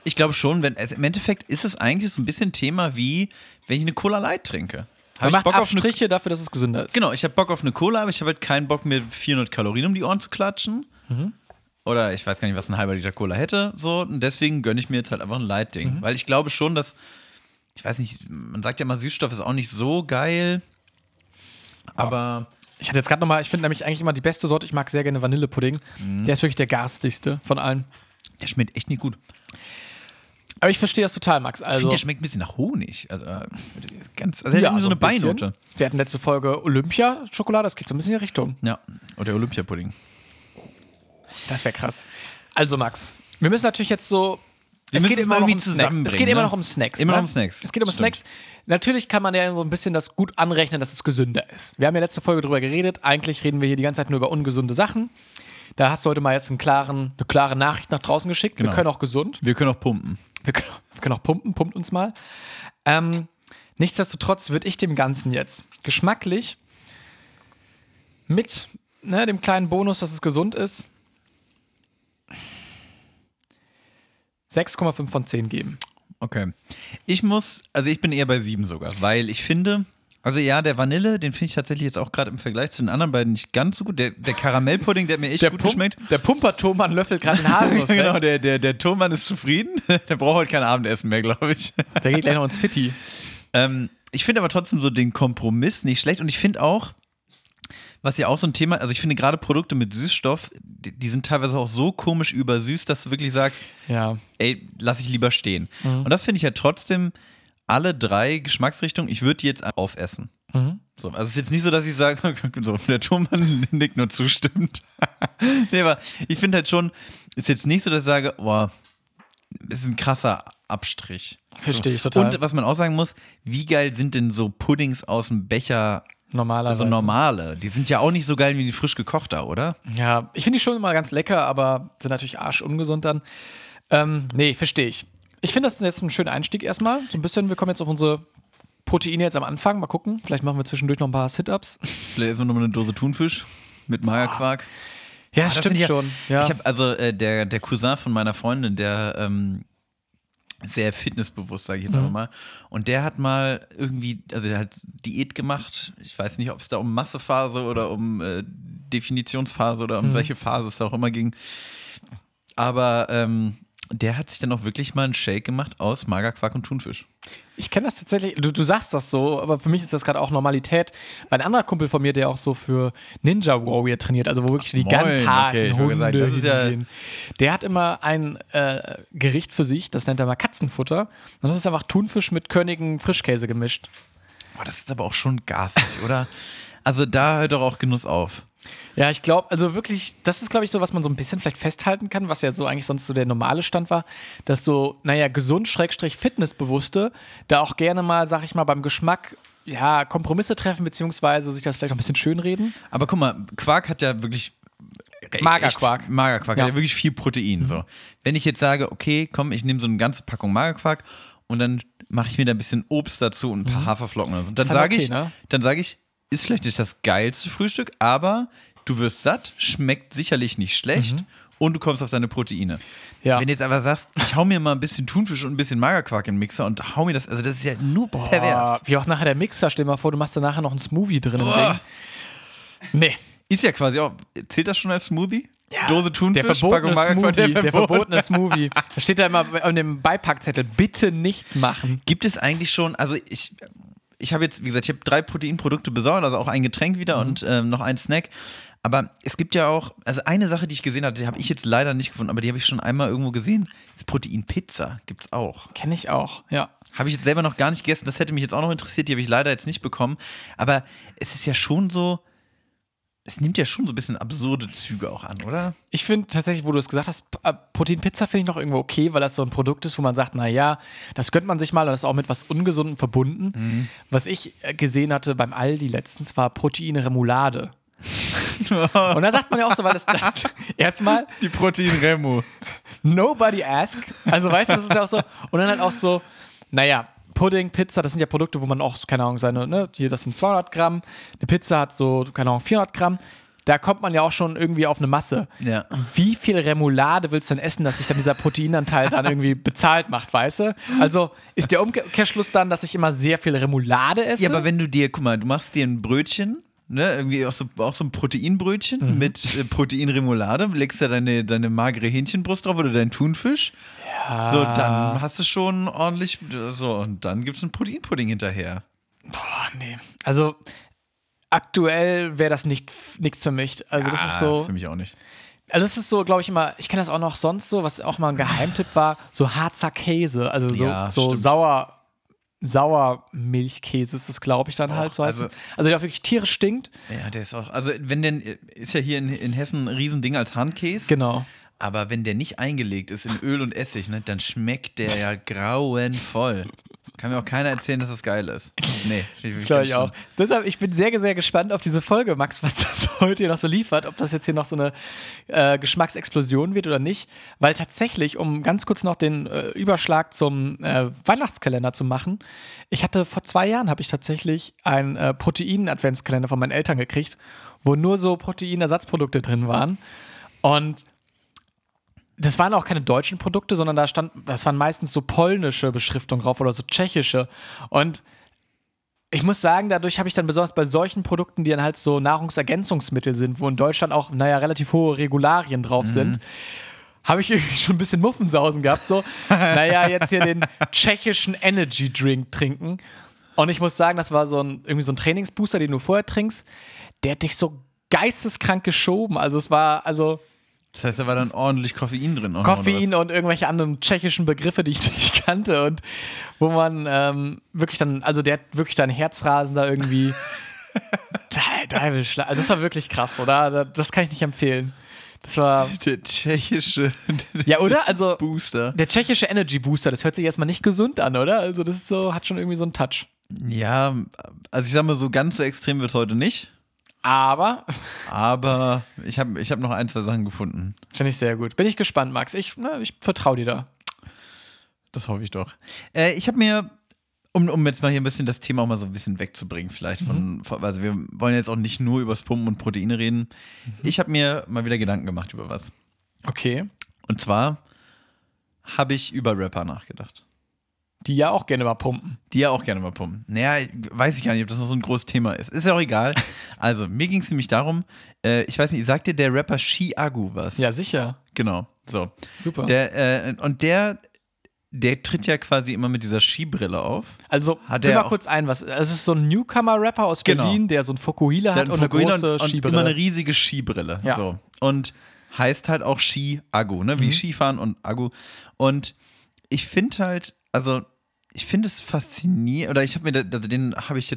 [SPEAKER 1] Ich glaube schon, im Endeffekt ist es eigentlich so ein bisschen Thema wie, wenn ich eine Cola Light trinke.
[SPEAKER 3] Man macht Abstriche dafür, dass es gesünder ist.
[SPEAKER 1] Genau, ich habe Bock auf eine Cola, aber ich habe halt keinen Bock, mir 400 Kalorien um die Ohren zu klatschen. Oder ich weiß gar nicht, was ein halber Liter Cola hätte. So. Und deswegen gönne ich mir jetzt halt einfach ein Light-Ding. Weil ich glaube schon, dass, ich weiß nicht, man sagt ja immer, Süßstoff ist auch nicht so geil. Aber
[SPEAKER 3] ich hatte jetzt gerade nochmal, ich finde nämlich eigentlich immer die beste Sorte, ich mag sehr gerne Vanillepudding. Der ist wirklich der garstigste von allen.
[SPEAKER 1] Der schmeckt echt nicht gut.
[SPEAKER 3] Aber ich verstehe das total, Max. Also,
[SPEAKER 1] ich finde, der schmeckt ein bisschen nach Honig. Also irgendwie so eine Beinote.
[SPEAKER 3] Wir hatten letzte Folge Olympia-Schokolade, das geht so ein bisschen in die Richtung.
[SPEAKER 1] Ja, oder der Olympiapudding.
[SPEAKER 3] Das wäre krass. Also, Max, wir müssen natürlich jetzt so.
[SPEAKER 1] Es geht immer noch um Snacks.
[SPEAKER 3] Es geht immer noch um Snacks.
[SPEAKER 1] Immer noch um Snacks.
[SPEAKER 3] Es geht um Snacks. Natürlich kann man ja so ein bisschen das gut anrechnen, dass es gesünder ist. Wir haben ja letzte Folge drüber geredet. Eigentlich reden wir hier die ganze Zeit nur über ungesunde Sachen. Da hast du heute mal jetzt eine klare Nachricht nach draußen geschickt. Genau. Wir können auch gesund.
[SPEAKER 1] Wir können auch pumpen.
[SPEAKER 3] Wir können auch pumpen. Pumpt uns mal. Nichtsdestotrotz würde ich dem Ganzen jetzt geschmacklich mit dem kleinen Bonus, dass es gesund ist, 6,5 von 10 geben.
[SPEAKER 1] Okay. Ich bin eher bei 7 sogar, weil ich finde, also ja, der Vanille, den finde ich tatsächlich jetzt auch gerade im Vergleich zu den anderen beiden nicht ganz so gut. Der Karamellpudding, der hat mir echt gut geschmeckt.
[SPEAKER 3] Der Pumper-Thomann löffelt gerade den Haselnuss weg.
[SPEAKER 1] Genau, der Thomann ist zufrieden. Der braucht heute kein Abendessen mehr, glaube ich.
[SPEAKER 3] Der geht gleich noch ins Fitti.
[SPEAKER 1] Ich finde aber trotzdem so den Kompromiss nicht schlecht und ich finde auch, was ja auch so ein Thema, also ich finde gerade Produkte mit Süßstoff, die sind teilweise auch so komisch übersüßt, dass du wirklich sagst,
[SPEAKER 3] ja,
[SPEAKER 1] ey, lass ich lieber stehen. Und das finde ich ja trotzdem alle 3 Geschmacksrichtungen, ich würde die jetzt aufessen. So, also es ist jetzt nicht so, dass ich sage, so, der Thomann nickt nur zustimmt. Nee, aber ich finde halt schon, ist jetzt nicht so, dass ich sage, boah, es ist ein krasser Abstrich.
[SPEAKER 3] Verstehe ich total.
[SPEAKER 1] Und was man auch sagen muss, wie geil sind denn so Puddings aus dem Becher?
[SPEAKER 3] Normalerweise.
[SPEAKER 1] Also normale. Die sind ja auch nicht so geil wie die frisch gekochter, oder?
[SPEAKER 3] Ja, ich finde die schon immer ganz lecker, aber sind natürlich arschungesund dann. Nee, verstehe ich. Ich finde das jetzt ein schöner Einstieg erstmal. So ein bisschen, wir kommen jetzt auf unsere Proteine jetzt am Anfang. Mal gucken. Vielleicht machen wir zwischendurch noch ein paar Sit-Ups.
[SPEAKER 1] Vielleicht essen wir nochmal eine Dose Thunfisch mit Magerquark.
[SPEAKER 3] Ja, das stimmt schon. Ja.
[SPEAKER 1] Ich habe also der Cousin von meiner Freundin, der sehr fitnessbewusst, sage ich jetzt einfach mal. Und der hat mal irgendwie, also der hat Diät gemacht. Ich weiß nicht, ob es da um Massephase oder um Definitionsphase oder um welche Phase es da auch immer ging. Aber der hat sich dann auch wirklich mal einen Shake gemacht aus Magerquark und Thunfisch.
[SPEAKER 3] Ich kenne das tatsächlich, du sagst das so, aber für mich ist das gerade auch Normalität. Ein anderer Kumpel von mir, der auch so für Ninja Warrior trainiert, also wo wirklich die ganz harten Hunde hingehen. Der hat immer ein Gericht für sich, das nennt er mal Katzenfutter. Und das ist einfach Thunfisch mit körnigen Frischkäse gemischt.
[SPEAKER 1] Boah, das ist aber auch schon garstig, oder? Also da hört doch auch Genuss auf.
[SPEAKER 3] Ja, ich glaube, also wirklich, das ist, glaube ich, so, was man so ein bisschen vielleicht festhalten kann, was ja so eigentlich sonst so der normale Stand war, dass so, gesund / fitnessbewusste da auch gerne mal, sag ich mal, beim Geschmack, ja, Kompromisse treffen, beziehungsweise sich das vielleicht auch ein bisschen schönreden.
[SPEAKER 1] Aber guck mal, Quark hat ja wirklich
[SPEAKER 3] Magerquark.
[SPEAKER 1] Magerquark hat ja wirklich viel Protein. So. Wenn ich jetzt sage, okay, komm, ich nehme so eine ganze Packung Magerquark und dann mache ich mir da ein bisschen Obst dazu und ein paar Haferflocken und so. Dann sage ich, ist vielleicht nicht das geilste Frühstück, aber du wirst satt, schmeckt sicherlich nicht schlecht und du kommst auf deine Proteine. Ja. Wenn du jetzt aber sagst, ich hau mir mal ein bisschen Thunfisch und ein bisschen Magerquark in den Mixer und hau mir das, also das ist ja nur pervers.
[SPEAKER 3] Wie auch nachher der Mixer, stell dir mal vor, du machst da nachher noch einen Smoothie drin. Nee.
[SPEAKER 1] Ist ja quasi auch, zählt das schon als Smoothie?
[SPEAKER 3] Ja,
[SPEAKER 1] Dose Thunfisch,
[SPEAKER 3] der verbotene Smoothie. Da steht da immer an dem Beipackzettel, bitte nicht machen.
[SPEAKER 1] Gibt es eigentlich schon, also ich habe jetzt, wie gesagt, ich habe 3 Proteinprodukte besorgt, also auch ein Getränk wieder und noch einen Snack. Aber es gibt ja auch, also eine Sache, die ich gesehen hatte, die habe ich jetzt leider nicht gefunden, aber die habe ich schon einmal irgendwo gesehen, ist Proteinpizza. Gibt's auch.
[SPEAKER 3] Kenne ich auch, ja.
[SPEAKER 1] Habe ich jetzt selber noch gar nicht gegessen, das hätte mich jetzt auch noch interessiert, die habe ich leider jetzt nicht bekommen. Aber es ist ja schon so, es nimmt ja schon so ein bisschen absurde Züge auch an, oder?
[SPEAKER 3] Ich finde tatsächlich, wo du es gesagt hast, Proteinpizza finde ich noch irgendwo okay, weil das so ein Produkt ist, wo man sagt, naja, das gönnt man sich mal und das ist auch mit was Ungesundem verbunden. Was ich gesehen hatte beim Aldi letztens war Protein-Remoulade. Und da sagt man ja auch so, weil das erstmal
[SPEAKER 1] die Protein-Remo.
[SPEAKER 3] Nobody ask. Also weißt du, das ist ja auch so. Und dann halt auch so, naja, Pudding, Pizza, das sind ja Produkte, wo man auch, keine Ahnung, hier, das sind 200 Gramm. Eine Pizza hat so, keine Ahnung, 400 Gramm. da kommt man ja auch schon irgendwie auf eine Masse.
[SPEAKER 1] Ja.
[SPEAKER 3] Wie viel Remoulade willst du denn essen, dass sich dann dieser Proteinanteil dann irgendwie bezahlt macht, weißt du? Also ist der Umkehrschluss dann, dass ich immer sehr viel Remoulade esse?
[SPEAKER 1] Ja, aber wenn du guck mal, du machst dir ein Brötchen, ne, irgendwie auch so ein Proteinbrötchen mit Proteinremoulade, legst da deine magere Hähnchenbrust drauf oder deinen Thunfisch.
[SPEAKER 3] Ja.
[SPEAKER 1] So, dann hast du schon ordentlich, so, und dann gibt's einen Proteinpudding hinterher.
[SPEAKER 3] Boah, nee. Also aktuell wäre das nichts für mich. Also das ist so.
[SPEAKER 1] Für mich auch nicht.
[SPEAKER 3] Also das ist so, glaube ich immer, ich kenne das auch noch sonst so, was auch mal ein Geheimtipp war, so Harzer Käse, also so Sauermilchkäse ist das, glaube ich, dann halt so heißt. Also der auch wirklich tierisch stinkt.
[SPEAKER 1] Ja, der ist auch, also wenn der, ist ja hier in Hessen ein Riesending als Handkäse.
[SPEAKER 3] Genau.
[SPEAKER 1] Aber wenn der nicht eingelegt ist in Öl und Essig, ne, dann schmeckt der ja grauenvoll. Kann mir auch keiner erzählen, dass das geil ist. Nee,
[SPEAKER 3] das glaube ich auch. Deshalb, ich bin sehr, sehr gespannt auf diese Folge, Max, was das heute hier noch so liefert, ob das jetzt hier noch so eine Geschmacksexplosion wird oder nicht. Weil tatsächlich, um ganz kurz noch den Überschlag zum Weihnachtskalender zu machen, ich hatte vor 2 Jahren, habe ich tatsächlich einen Protein-Adventskalender von meinen Eltern gekriegt, wo nur so Proteinersatzprodukte drin waren. Und das waren auch keine deutschen Produkte, sondern das waren meistens so polnische Beschriftungen drauf oder so tschechische. Und ich muss sagen, dadurch habe ich dann besonders bei solchen Produkten, die dann halt so Nahrungsergänzungsmittel sind, wo in Deutschland auch, relativ hohe Regularien drauf sind, habe ich irgendwie schon ein bisschen Muffensausen gehabt. So, jetzt hier den tschechischen Energy Drink trinken. Und ich muss sagen, das war irgendwie so ein Trainingsbooster, den du vorher trinkst. Der hat dich so geisteskrank geschoben. Also es war,
[SPEAKER 1] das heißt, da war dann ordentlich Koffein drin.
[SPEAKER 3] Koffein und irgendwelche anderen tschechischen Begriffe, die ich nicht kannte und wo man wirklich dann, also der hat wirklich dann Herzrasen da irgendwie. Also das war wirklich krass, oder? Das kann ich nicht empfehlen. Das war
[SPEAKER 1] der tschechische
[SPEAKER 3] ja, oder? Also
[SPEAKER 1] Booster.
[SPEAKER 3] Der tschechische Energy Booster, das hört sich erstmal nicht gesund an, oder? Also das ist so, hat schon irgendwie so einen Touch.
[SPEAKER 1] Ja, also ich sag mal, so ganz so extrem wird es heute nicht. Aber ich hab noch 1, 2 Sachen gefunden.
[SPEAKER 3] Finde ich sehr gut. Bin ich gespannt, Max. Ich vertraue dir da.
[SPEAKER 1] Das hoffe ich doch. Ich habe mir, um jetzt mal hier ein bisschen das Thema auch mal so ein bisschen wegzubringen, vielleicht also wir wollen jetzt auch nicht nur über das Pumpen und Proteine reden. Ich habe mir mal wieder Gedanken gemacht über was.
[SPEAKER 3] Okay.
[SPEAKER 1] Und zwar habe ich über Rapper nachgedacht.
[SPEAKER 3] Die ja auch gerne mal pumpen.
[SPEAKER 1] Naja, weiß ich gar nicht, ob das noch so ein großes Thema ist. Ist ja auch egal. Also, mir ging es nämlich darum, ich weiß nicht, sagt dir der Rapper Chiagu was?
[SPEAKER 3] Ja, sicher.
[SPEAKER 1] Genau, so.
[SPEAKER 3] Super.
[SPEAKER 1] Der tritt ja quasi immer mit dieser Skibrille auf.
[SPEAKER 3] Also, füll mal kurz ein, es ist so ein Newcomer-Rapper aus Berlin, der so ein Fokuhila hat und eine große Skibrille.
[SPEAKER 1] Und immer eine riesige Skibrille. Ja. So. Und heißt halt auch Chiagu, ne? Wie Skifahren und Agu. Und ich finde halt, ich finde es faszinierend, oder den habe ich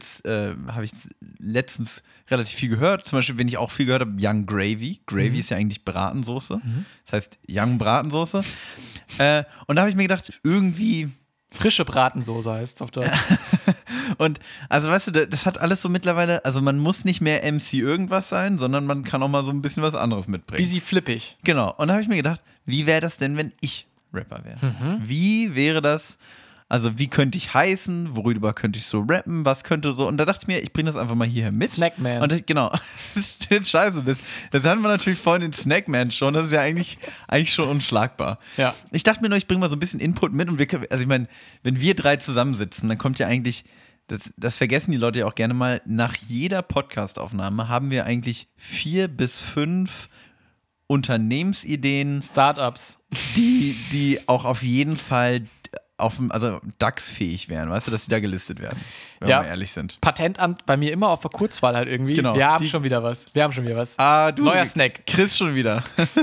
[SPEAKER 1] letztens relativ viel gehört. Zum Beispiel, wenn ich auch viel gehört habe, Young Gravy. Gravy ist ja eigentlich Bratensoße. Das heißt Young Bratensoße. Und da habe ich mir gedacht, irgendwie
[SPEAKER 3] frische Bratensoße heißt es auf Deutsch.
[SPEAKER 1] Und also weißt du, das hat alles so mittlerweile, also man muss nicht mehr MC irgendwas sein, sondern man kann auch mal so ein bisschen was anderes mitbringen.
[SPEAKER 3] Wie sie flippig.
[SPEAKER 1] Genau. Und da habe ich mir gedacht, wie wäre das denn, wenn ich Rapper wäre? Wie wäre das? Also wie könnte ich heißen, worüber könnte ich so rappen, was könnte so, und da dachte ich mir, ich bringe das einfach mal hierher mit.
[SPEAKER 3] Snackman.
[SPEAKER 1] Und genau, das ist scheiße, das hatten wir natürlich vorhin den Snackman schon, das ist ja eigentlich schon unschlagbar.
[SPEAKER 3] Ja.
[SPEAKER 1] Ich dachte mir nur, ich bringe mal so ein bisschen Input mit und also ich meine, wenn wir 3 zusammensitzen, dann kommt ja eigentlich, das vergessen die Leute ja auch gerne mal, nach jeder Podcastaufnahme haben wir eigentlich 4 bis 5 Unternehmensideen.
[SPEAKER 3] Startups.
[SPEAKER 1] Die auch auf jeden Fall also DAX-fähig wären, weißt du, dass die da gelistet werden, wenn wir ehrlich sind.
[SPEAKER 3] Patentamt bei mir immer auf der Kurzwahl halt irgendwie.
[SPEAKER 1] Genau.
[SPEAKER 3] Wir haben schon wieder was.
[SPEAKER 1] Neuer
[SPEAKER 3] Snack.
[SPEAKER 1] Chris schon wieder.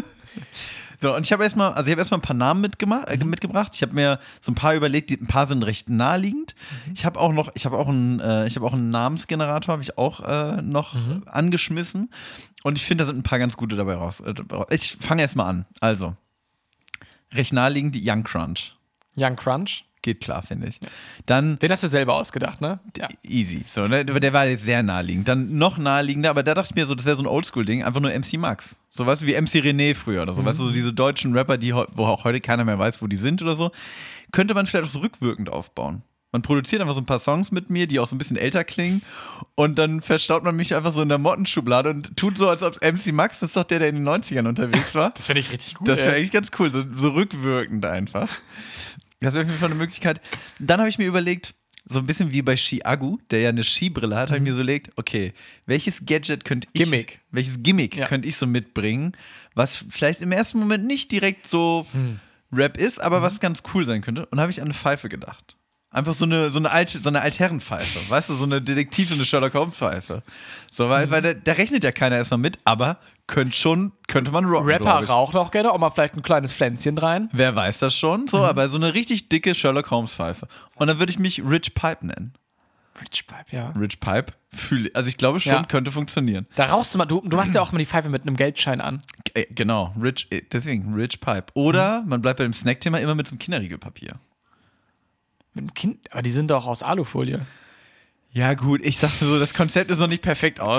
[SPEAKER 1] So, und ich habe erstmal ein paar Namen mitgebracht. Ich habe mir so ein paar überlegt, ein paar sind recht naheliegend. Ich habe auch einen Namensgenerator, habe ich auch noch angeschmissen. Und ich finde, da sind ein paar ganz gute dabei raus. Ich fange erstmal an. Also, recht naheliegend, Young Crunch.
[SPEAKER 3] Young Crunch?
[SPEAKER 1] Geht klar, finde ich. Dann,
[SPEAKER 3] den hast du selber ausgedacht, ne?
[SPEAKER 1] Ja. Easy. So, ne? Der war jetzt sehr naheliegend. Dann noch naheliegender, aber da dachte ich mir so, das wäre so ein Oldschool-Ding, einfach nur MC Max. So, weißt du, wie MC René früher oder so. Weißt du, so diese deutschen Rapper, wo auch heute keiner mehr weiß, wo die sind oder so. Könnte man vielleicht auch so rückwirkend aufbauen. Man produziert einfach so ein paar Songs mit mir, die auch so ein bisschen älter klingen und dann verstaut man mich einfach so in der Mottenschublade und tut so, als ob MC Max, das ist doch der in den 90ern unterwegs war.
[SPEAKER 3] Das finde ich richtig gut.
[SPEAKER 1] Das wäre eigentlich ganz cool, so rückwirkend einfach. Das wäre auf jeden Fall eine Möglichkeit. Dann habe ich mir überlegt, so ein bisschen wie bei Chiagu, der ja eine Skibrille hat, habe ich mir so überlegt, okay, welches Gadget könnte ich, welches Gimmick könnte ich so mitbringen, was vielleicht im ersten Moment nicht direkt so Rap ist, aber was ganz cool sein könnte. Und habe ich an eine Pfeife gedacht. Einfach so eine Altherrenpfeife, weißt du, so eine Detektiv- so eine Sherlock-Holmes-Pfeife. So, weil da rechnet ja keiner erstmal mit, aber könnte man rocken.
[SPEAKER 3] Rapper rauchen auch gerne, auch mal vielleicht ein kleines Pflänzchen rein.
[SPEAKER 1] Wer weiß das schon, so, aber so eine richtig dicke Sherlock-Holmes-Pfeife. Und dann würde ich mich Rich Pipe nennen.
[SPEAKER 3] Rich Pipe, ja.
[SPEAKER 1] Rich Pipe, also ich glaube schon, könnte funktionieren.
[SPEAKER 3] Da rauchst du mal, du hast ja auch mal die Pfeife mit einem Geldschein an.
[SPEAKER 1] Genau, deswegen Rich Pipe. Oder man bleibt bei dem Snack-Thema immer mit so einem Kinderriegelpapier.
[SPEAKER 3] Mit dem Kind, aber die sind doch aus Alufolie.
[SPEAKER 1] Ja gut, ich sag so, das Konzept ist noch nicht perfekt
[SPEAKER 3] aber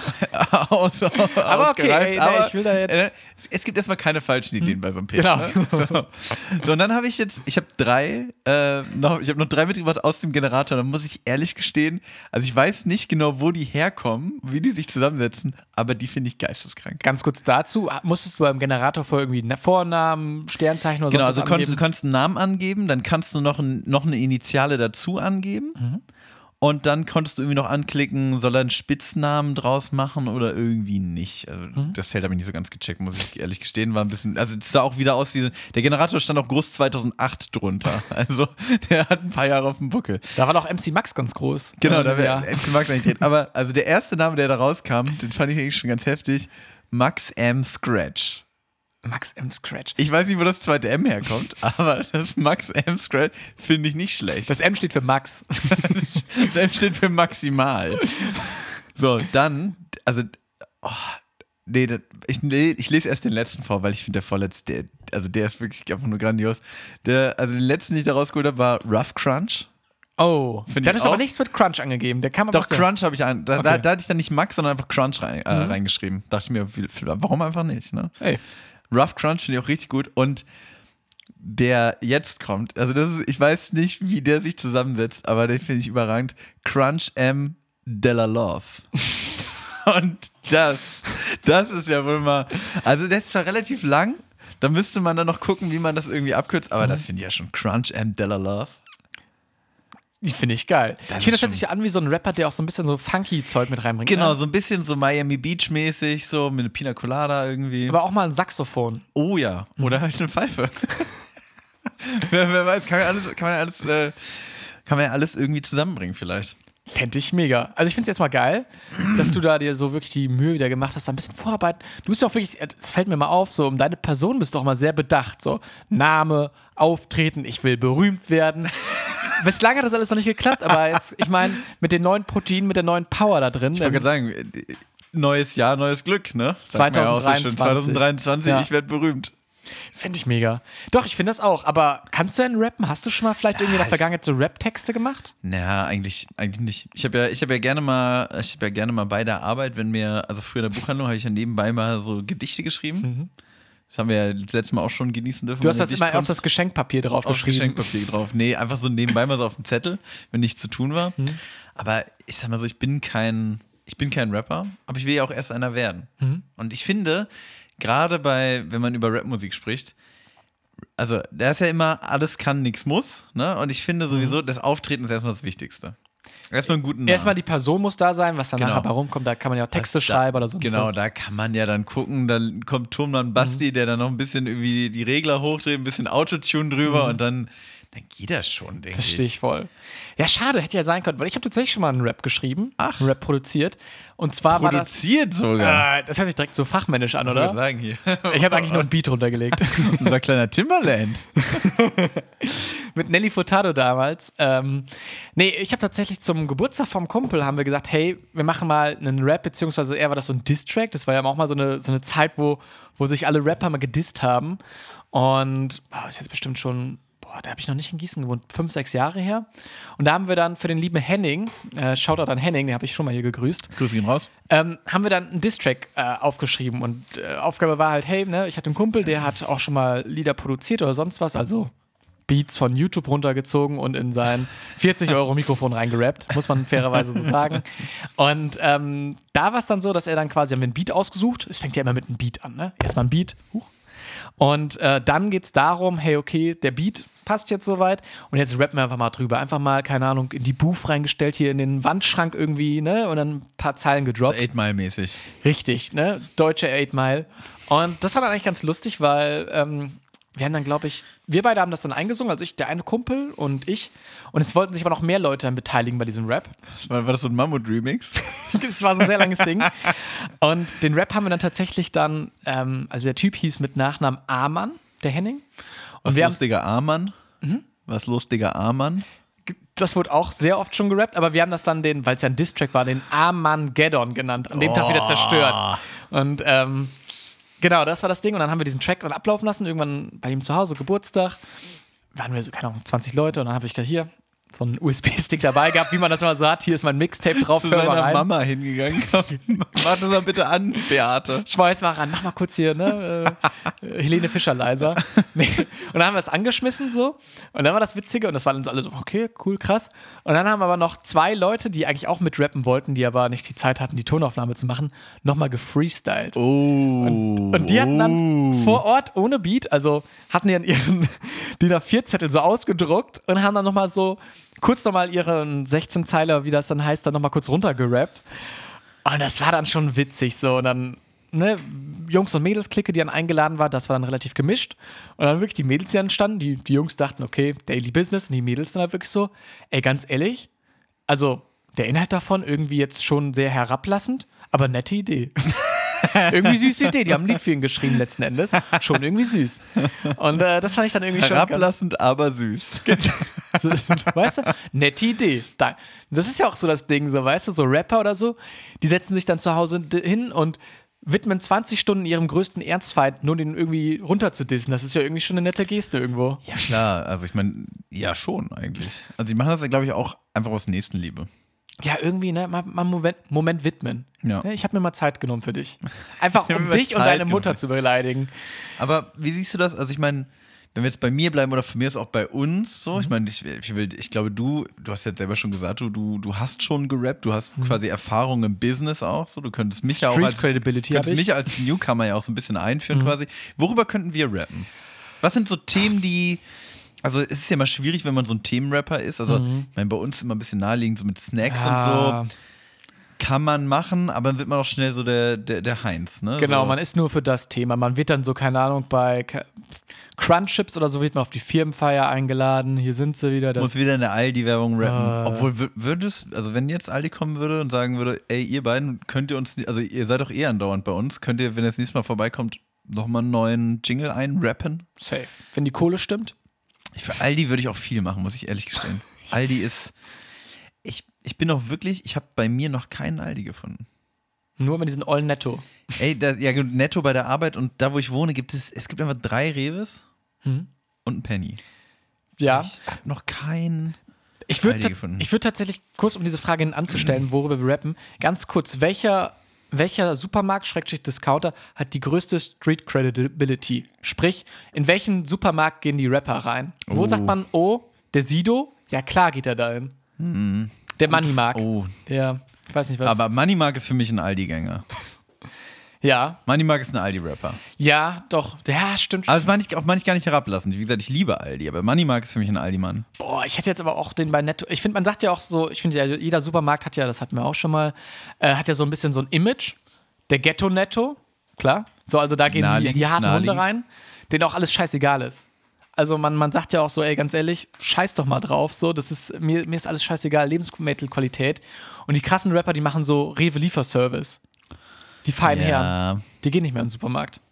[SPEAKER 3] okay,
[SPEAKER 1] aber
[SPEAKER 3] ich will da jetzt...
[SPEAKER 1] Es gibt erstmal keine falschen Ideen bei so einem Pitch.
[SPEAKER 3] Genau.
[SPEAKER 1] Ne? So, und dann habe ich habe noch 3 mitgebracht aus dem Generator. Da muss ich ehrlich gestehen, also ich weiß nicht genau, wo die herkommen, wie die sich zusammensetzen, aber die finde ich geisteskrank.
[SPEAKER 3] Ganz kurz dazu, musstest du beim Generator vor irgendwie einen Vornamen, Sternzeichen oder
[SPEAKER 1] genau,
[SPEAKER 3] sonst
[SPEAKER 1] also du kannst einen Namen angeben, dann kannst du noch eine Initiale dazu angeben. Und dann konntest du irgendwie noch anklicken, soll er einen Spitznamen draus machen oder irgendwie nicht. Also das Feld habe ich nicht so ganz gecheckt, muss ich ehrlich gestehen. War ein bisschen, also es sah auch wieder aus wie, der Generator stand auch groß 2008 drunter. Also der hat ein paar Jahre auf dem Buckel.
[SPEAKER 3] Da war doch MC Max ganz groß.
[SPEAKER 1] Genau, da wäre MC Max eigentlich drin. Aber also der erste Name, der da rauskam, den fand ich eigentlich schon ganz heftig. Max M. Scratch.
[SPEAKER 3] Max M. Scratch.
[SPEAKER 1] Ich weiß nicht, wo das zweite M herkommt, aber das Max M. Scratch finde ich nicht schlecht.
[SPEAKER 3] Das M steht für Max.
[SPEAKER 1] Das M steht für maximal. So, dann, also, ich lese erst den letzten vor, weil ich finde, der vorletzte, der ist wirklich einfach nur grandios. Den letzten, den ich da rausgeholt habe, war Rough Crunch.
[SPEAKER 3] Oh, der hat es aber nichts mit Crunch angegeben. Der kam aber
[SPEAKER 1] doch, Crunch habe ich da hatte ich dann nicht Max, sondern einfach Crunch reingeschrieben. Dachte ich mir, warum einfach nicht, ne?
[SPEAKER 3] Hey.
[SPEAKER 1] Rough Crunch finde ich auch richtig gut und der jetzt kommt, also ich weiß nicht, wie der sich zusammensetzt, aber den finde ich überragend. Crunch M. Della Love. Und das ist ja wohl mal, also der ist zwar relativ lang, da müsste man dann noch gucken, wie man das irgendwie abkürzt, aber das finde ich ja schon Crunch M. Della Love.
[SPEAKER 3] Die finde ich geil. Ich finde, das hört sich an wie so ein Rapper, der auch so ein bisschen so funky Zeug mit reinbringt.
[SPEAKER 1] Genau, so ein bisschen so Miami Beach mäßig, so mit einer Pina Colada irgendwie.
[SPEAKER 3] Aber auch mal ein Saxophon.
[SPEAKER 1] Oh ja, oder halt eine Pfeife. wer weiß, kann man ja alles irgendwie zusammenbringen vielleicht.
[SPEAKER 3] Fände ich mega. Also ich finde es jetzt mal geil, dass du da dir so wirklich die Mühe wieder gemacht hast, da ein bisschen vorarbeiten. Du bist ja auch wirklich, es fällt mir mal auf, so um deine Person bist du auch mal sehr bedacht. So Name, Auftreten, ich will berühmt werden. Bislang hat das alles noch nicht geklappt, aber jetzt, ich meine, mit den neuen Proteinen, mit der neuen Power da drin.
[SPEAKER 1] Ich wollte gerade sagen, neues Jahr, neues Glück, ne?
[SPEAKER 3] 2023.
[SPEAKER 1] 2023, ja. Ich werde berühmt.
[SPEAKER 3] Finde ich mega. Doch, ich finde das auch. Aber kannst du denn rappen? Hast du schon mal vielleicht irgendwie in der Vergangenheit so Rap-Texte gemacht?
[SPEAKER 1] Naja, eigentlich nicht. Ich habe ja gerne mal bei der Arbeit, also früher in der Buchhandlung habe ich ja nebenbei mal so Gedichte geschrieben. Das haben wir ja letztes Mal auch schon genießen dürfen.
[SPEAKER 3] Du hast das immer auf das Geschenkpapier drauf geschrieben.
[SPEAKER 1] Auf Geschenkpapier drauf. Nee, einfach so nebenbei mal so auf dem Zettel, wenn nichts zu tun war. Aber ich sag mal so, ich bin kein Rapper, aber ich will ja auch erst einer werden. Und ich finde, gerade wenn man über Rapmusik spricht, also da ist ja immer alles kann, nichts muss, ne? Und ich finde sowieso, das Auftreten ist erstmal das Wichtigste. Erstmal einen guten Namen.
[SPEAKER 3] Erstmal die Person muss da sein, was dann nachher bei rumkommt, da kann man ja auch Texte schreiben oder sonst was.
[SPEAKER 1] Genau, da kann man ja dann gucken, dann kommt Tonmann Basti, der dann noch ein bisschen irgendwie die Regler hochdreht, ein bisschen Autotune drüber und dann geht das schon, denke ich.
[SPEAKER 3] Verstehe ich voll. Ja, schade, hätte ja sein können, weil ich habe tatsächlich schon mal einen Rap geschrieben, einen Rap produziert. Und zwar
[SPEAKER 1] produziert sogar?
[SPEAKER 3] Das hört sich direkt so fachmännisch an, oder?
[SPEAKER 1] Ich würde sagen hier.
[SPEAKER 3] Ich habe eigentlich nur einen Beat runtergelegt.
[SPEAKER 1] Unser kleiner Timbaland.
[SPEAKER 3] Mit Nelly Furtado damals. Ich habe tatsächlich zum Geburtstag vom Kumpel haben wir gesagt, hey, wir machen mal einen Rap, beziehungsweise eher war das so ein Diss-Track. Das war ja auch mal so eine Zeit, wo sich alle Rapper mal gedisst haben. Und ist jetzt bestimmt schon... da habe ich noch nicht in Gießen gewohnt, 5, 6 Jahre her. Und da haben wir dann für den lieben Henning, Shoutout an Henning, den habe ich schon mal hier gegrüßt.
[SPEAKER 1] Grüß ihn raus.
[SPEAKER 3] Haben wir dann einen Diss-Track aufgeschrieben. Und Aufgabe war halt, hey, ne, ich hatte einen Kumpel, der hat auch schon mal Lieder produziert oder sonst was, also Beats von YouTube runtergezogen und in sein 40-Euro-Mikrofon reingerappt, muss man fairerweise so sagen. Und da war es dann so, dass er dann quasi haben wir einen Beat ausgesucht. Es fängt ja immer mit einem Beat an, ne? Erstmal ein Beat. Und dann geht es darum, hey, okay, der Beat passt jetzt soweit und jetzt rappen wir einfach mal drüber. Einfach mal, keine Ahnung, in die Booth reingestellt, hier in den Wandschrank irgendwie, ne? Und dann ein paar Zeilen gedroppt.
[SPEAKER 1] So 8 Mile mäßig.
[SPEAKER 3] Richtig, ne? Deutsche 8 Mile. Und das war dann eigentlich ganz lustig, weil wir haben dann, glaube ich, wir beide haben das dann eingesungen, also ich, der eine Kumpel und ich. Und es wollten sich aber noch mehr Leute dann beteiligen bei diesem Rap.
[SPEAKER 1] War das so ein Mammut-Remix?
[SPEAKER 3] Das war so ein sehr langes Ding. Und den Rap haben wir dann tatsächlich dann, also der Typ hieß mit Nachnamen Amann, der Henning. Und
[SPEAKER 1] Was lustiger Amann? Was lustiger Amann?
[SPEAKER 3] Das wurde auch sehr oft schon gerappt, aber wir haben das dann weil es ja ein Diss-Track war, den Armageddon genannt, an dem Tag wieder zerstört. Und genau, das war das Ding. Und dann haben wir diesen Track dann ablaufen lassen, irgendwann bei ihm zu Hause, Geburtstag. Waren wir so, keine Ahnung, 20 Leute und dann habe ich hier so einen USB-Stick dabei gehabt, wie man das immer so hat. Hier ist mein Mixtape drauf.
[SPEAKER 1] Zu seiner Mama hingegangen. Mach das mal bitte an, Beate.
[SPEAKER 3] Schmeiß mal ran, mach mal kurz hier, ne? Helene Fischer leiser. Nee. Und dann haben wir es angeschmissen so. Und dann war das Witzige und das waren uns alle so, okay, cool, krass. Und dann haben aber noch 2 Leute, die eigentlich auch mitrappen wollten, die aber nicht die Zeit hatten, die Tonaufnahme zu machen, nochmal gefreestylt. Und die hatten dann vor Ort ohne Beat, also hatten die an ihren DIN A4-Zettel so ausgedruckt und haben dann nochmal so kurz nochmal ihren 16-Zeiler, wie das dann heißt, dann nochmal kurz runtergerappt. Und das war dann schon witzig so. Und dann, ne, Jungs- und Mädels-Clique, die dann eingeladen war, das war dann relativ gemischt. Und dann wirklich die Mädels, die dann standen, die Jungs dachten, okay, Daily Business. Und die Mädels dann halt wirklich so, ey, ganz ehrlich, also der Inhalt davon irgendwie jetzt schon sehr herablassend, aber nette Idee. Irgendwie süße Idee. Die haben ein Lied für ihn geschrieben letzten Endes. Schon irgendwie süß. Und das fand ich dann irgendwie schon
[SPEAKER 1] herablassend, aber süß.
[SPEAKER 3] So, weißt du? Nette Idee. Das ist ja auch so das Ding, so, weißt du, so Rapper oder so, die setzen sich dann zu Hause hin und widmen 20 Stunden ihrem größten Ernstfeind, nur den irgendwie runterzudissen. Das ist ja irgendwie schon eine nette Geste irgendwo.
[SPEAKER 1] Ja, klar. Also ich meine, ja schon eigentlich. Also die machen das ja, glaube ich, auch einfach aus Nächstenliebe.
[SPEAKER 3] Ja, irgendwie, ne, mal Moment widmen.
[SPEAKER 1] Ja.
[SPEAKER 3] Ich habe mir mal Zeit genommen für dich. Einfach um dich und deine Mutter zu beleidigen.
[SPEAKER 1] Aber wie siehst du das? Also ich meine, wenn wir jetzt bei mir bleiben oder von mir ist auch bei uns so, ich meine, ich glaube, du hast jetzt selber schon gesagt, du hast schon gerappt, du hast quasi Erfahrung im Business auch, so, du könntest mich ja auch als Newcomer ja auch so ein bisschen einführen quasi. Worüber könnten wir rappen? Was sind so Themen, also es ist ja immer schwierig, wenn man so ein Themenrapper ist, also ich meine, bei uns immer ein bisschen naheliegend, so mit Snacks und so. Kann man machen, aber dann wird man auch schnell so der Heinz, ne?
[SPEAKER 3] Genau,
[SPEAKER 1] so.
[SPEAKER 3] Man ist nur für das Thema. Man wird dann so, keine Ahnung, bei Crunchips oder so wird man auf die Firmenfeier eingeladen. Hier sind sie wieder.
[SPEAKER 1] Muss wieder eine Aldi-Werbung rappen. Obwohl, also wenn jetzt Aldi kommen würde und sagen würde, ey, ihr beiden könnt ihr uns, also ihr seid doch eh andauernd bei uns, könnt ihr, wenn ihr das nächste Mal vorbeikommt, nochmal einen neuen Jingle einrappen?
[SPEAKER 3] Safe. Wenn die Kohle stimmt?
[SPEAKER 1] Für Aldi würde ich auch viel machen, muss ich ehrlich gestehen. Aldi ist, ich bin auch wirklich, ich habe bei mir noch keinen Aldi gefunden.
[SPEAKER 3] Nur mit diesen ollen Netto.
[SPEAKER 1] Ey, Netto bei der Arbeit und da, wo ich wohne, gibt es einfach 3 Reves und ein Penny.
[SPEAKER 3] Ja.
[SPEAKER 1] Ich habe noch keinen
[SPEAKER 3] Aldi gefunden. Ich würde tatsächlich, kurz um diese Frage anzustellen, worüber wir rappen, ganz kurz, welcher Supermarkt-Discounter hat die größte Street Credibility? Sprich, in welchen Supermarkt gehen die Rapper rein? Wo sagt man, oh, der Sido? Ja, klar geht er da hin. Der Moneymark.
[SPEAKER 1] Oh.
[SPEAKER 3] Der, ich weiß nicht was.
[SPEAKER 1] Aber Moneymark ist für mich ein Aldi-Gänger.
[SPEAKER 3] Ja.
[SPEAKER 1] Moneymark ist ein Aldi-Rapper.
[SPEAKER 3] Ja, doch. Ja, stimmt.
[SPEAKER 1] Aber das meine ich gar nicht herablassen. Wie gesagt, ich liebe Aldi, aber Moneymark ist für mich ein Aldi-Mann.
[SPEAKER 3] Boah, ich hätte jetzt aber auch den bei Netto. Ich finde, man sagt ja auch so, ich finde ja, jeder Supermarkt hat ja, das hatten wir auch schon mal, hat ja so ein bisschen so ein Image. Der Ghetto-Netto, klar. So, also da gehen die harten Hunde rein, denen auch alles scheißegal ist. Also man sagt ja auch so, ey, ganz ehrlich, scheiß doch mal drauf, so, das ist, mir ist alles scheißegal, Lebensmittelqualität. Und die krassen Rapper, die machen so Rewe-Lieferservice. Die feinen Herren, die gehen nicht mehr in den Supermarkt.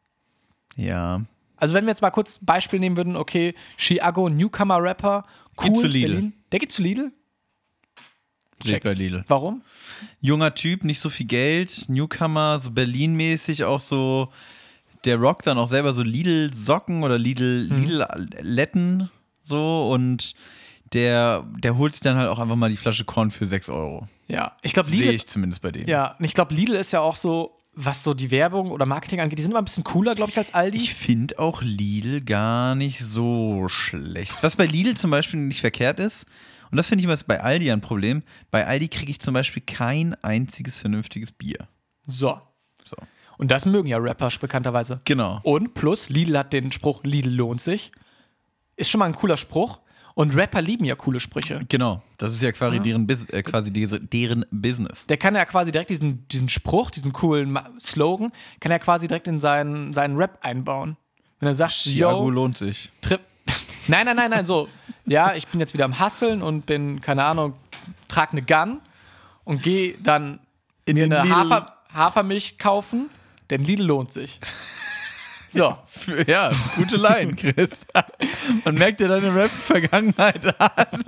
[SPEAKER 1] Ja.
[SPEAKER 3] Also wenn wir jetzt mal kurz ein Beispiel nehmen würden, okay, Chiago, Newcomer-Rapper, cool,
[SPEAKER 1] geht zu Lidl.
[SPEAKER 3] Berlin. Der geht zu Lidl?
[SPEAKER 1] Check bei Lidl.
[SPEAKER 3] Warum?
[SPEAKER 1] Junger Typ, nicht so viel Geld, Newcomer, so Berlin-mäßig, auch so, der rockt dann auch selber so Lidl-Socken oder Lidl-Letten so und der holt sich dann halt auch einfach mal die Flasche Korn für 6 Euro.
[SPEAKER 3] Ja, ich glaube,
[SPEAKER 1] Lidl sehe ich zumindest bei denen.
[SPEAKER 3] Ja, und ich glaube, Lidl ist ja auch so, was so die Werbung oder Marketing angeht, die sind immer ein bisschen cooler, glaube ich, als Aldi.
[SPEAKER 1] Ich finde auch Lidl gar nicht so schlecht. Was bei Lidl zum Beispiel nicht verkehrt ist, und das finde ich immer bei Aldi ein Problem, bei Aldi kriege ich zum Beispiel kein einziges vernünftiges Bier.
[SPEAKER 3] So. Und das mögen ja Rapper bekannterweise.
[SPEAKER 1] Genau.
[SPEAKER 3] Und plus, Lidl hat den Spruch, Lidl lohnt sich. Ist schon mal ein cooler Spruch. Und Rapper lieben ja coole Sprüche.
[SPEAKER 1] Genau, das ist ja quasi deren Business.
[SPEAKER 3] Der kann ja quasi direkt diesen Spruch, diesen coolen Slogan, kann er quasi direkt in seinen Rap einbauen. Wenn er sagt,
[SPEAKER 1] Chiago lohnt sich.
[SPEAKER 3] Nein, so, ja, ich bin jetzt wieder am Hustlen und bin, keine Ahnung, trage eine Gun und gehe dann mir eine Hafermilch kaufen, denn Lidl lohnt sich. So.
[SPEAKER 1] Ja, gute Line, Chris. Man merkt dir deine Rap-Vergangenheit an.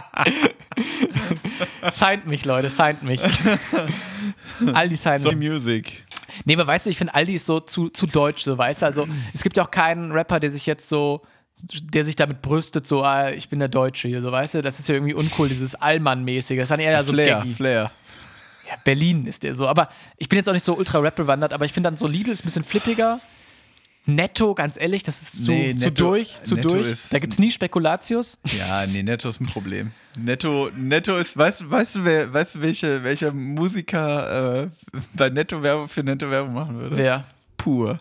[SPEAKER 3] Signed mich, Leute, signed mich. Aldi signed
[SPEAKER 1] mich. Music.
[SPEAKER 3] Nee, aber weißt du, ich finde Aldi ist so zu deutsch, so, weißt du, also es gibt ja auch keinen Rapper, der sich damit brüstet, so, ich bin der Deutsche hier, so, weißt du, das ist ja irgendwie uncool, dieses Allmann-mäßige, das ist dann eher so
[SPEAKER 1] Flair.
[SPEAKER 3] Ja, Berlin ist der so, aber ich bin jetzt auch nicht so ultra Rap bewandert, aber ich finde dann so Lidl ist ein bisschen flippiger. Netto, ganz ehrlich, das ist zu durch. Da gibt's nie Spekulatius.
[SPEAKER 1] Ja, nee, Netto ist ein Problem. Netto ist, weißt du, welcher Musiker bei Netto Werbung machen würde?
[SPEAKER 3] Wer?
[SPEAKER 1] Pur.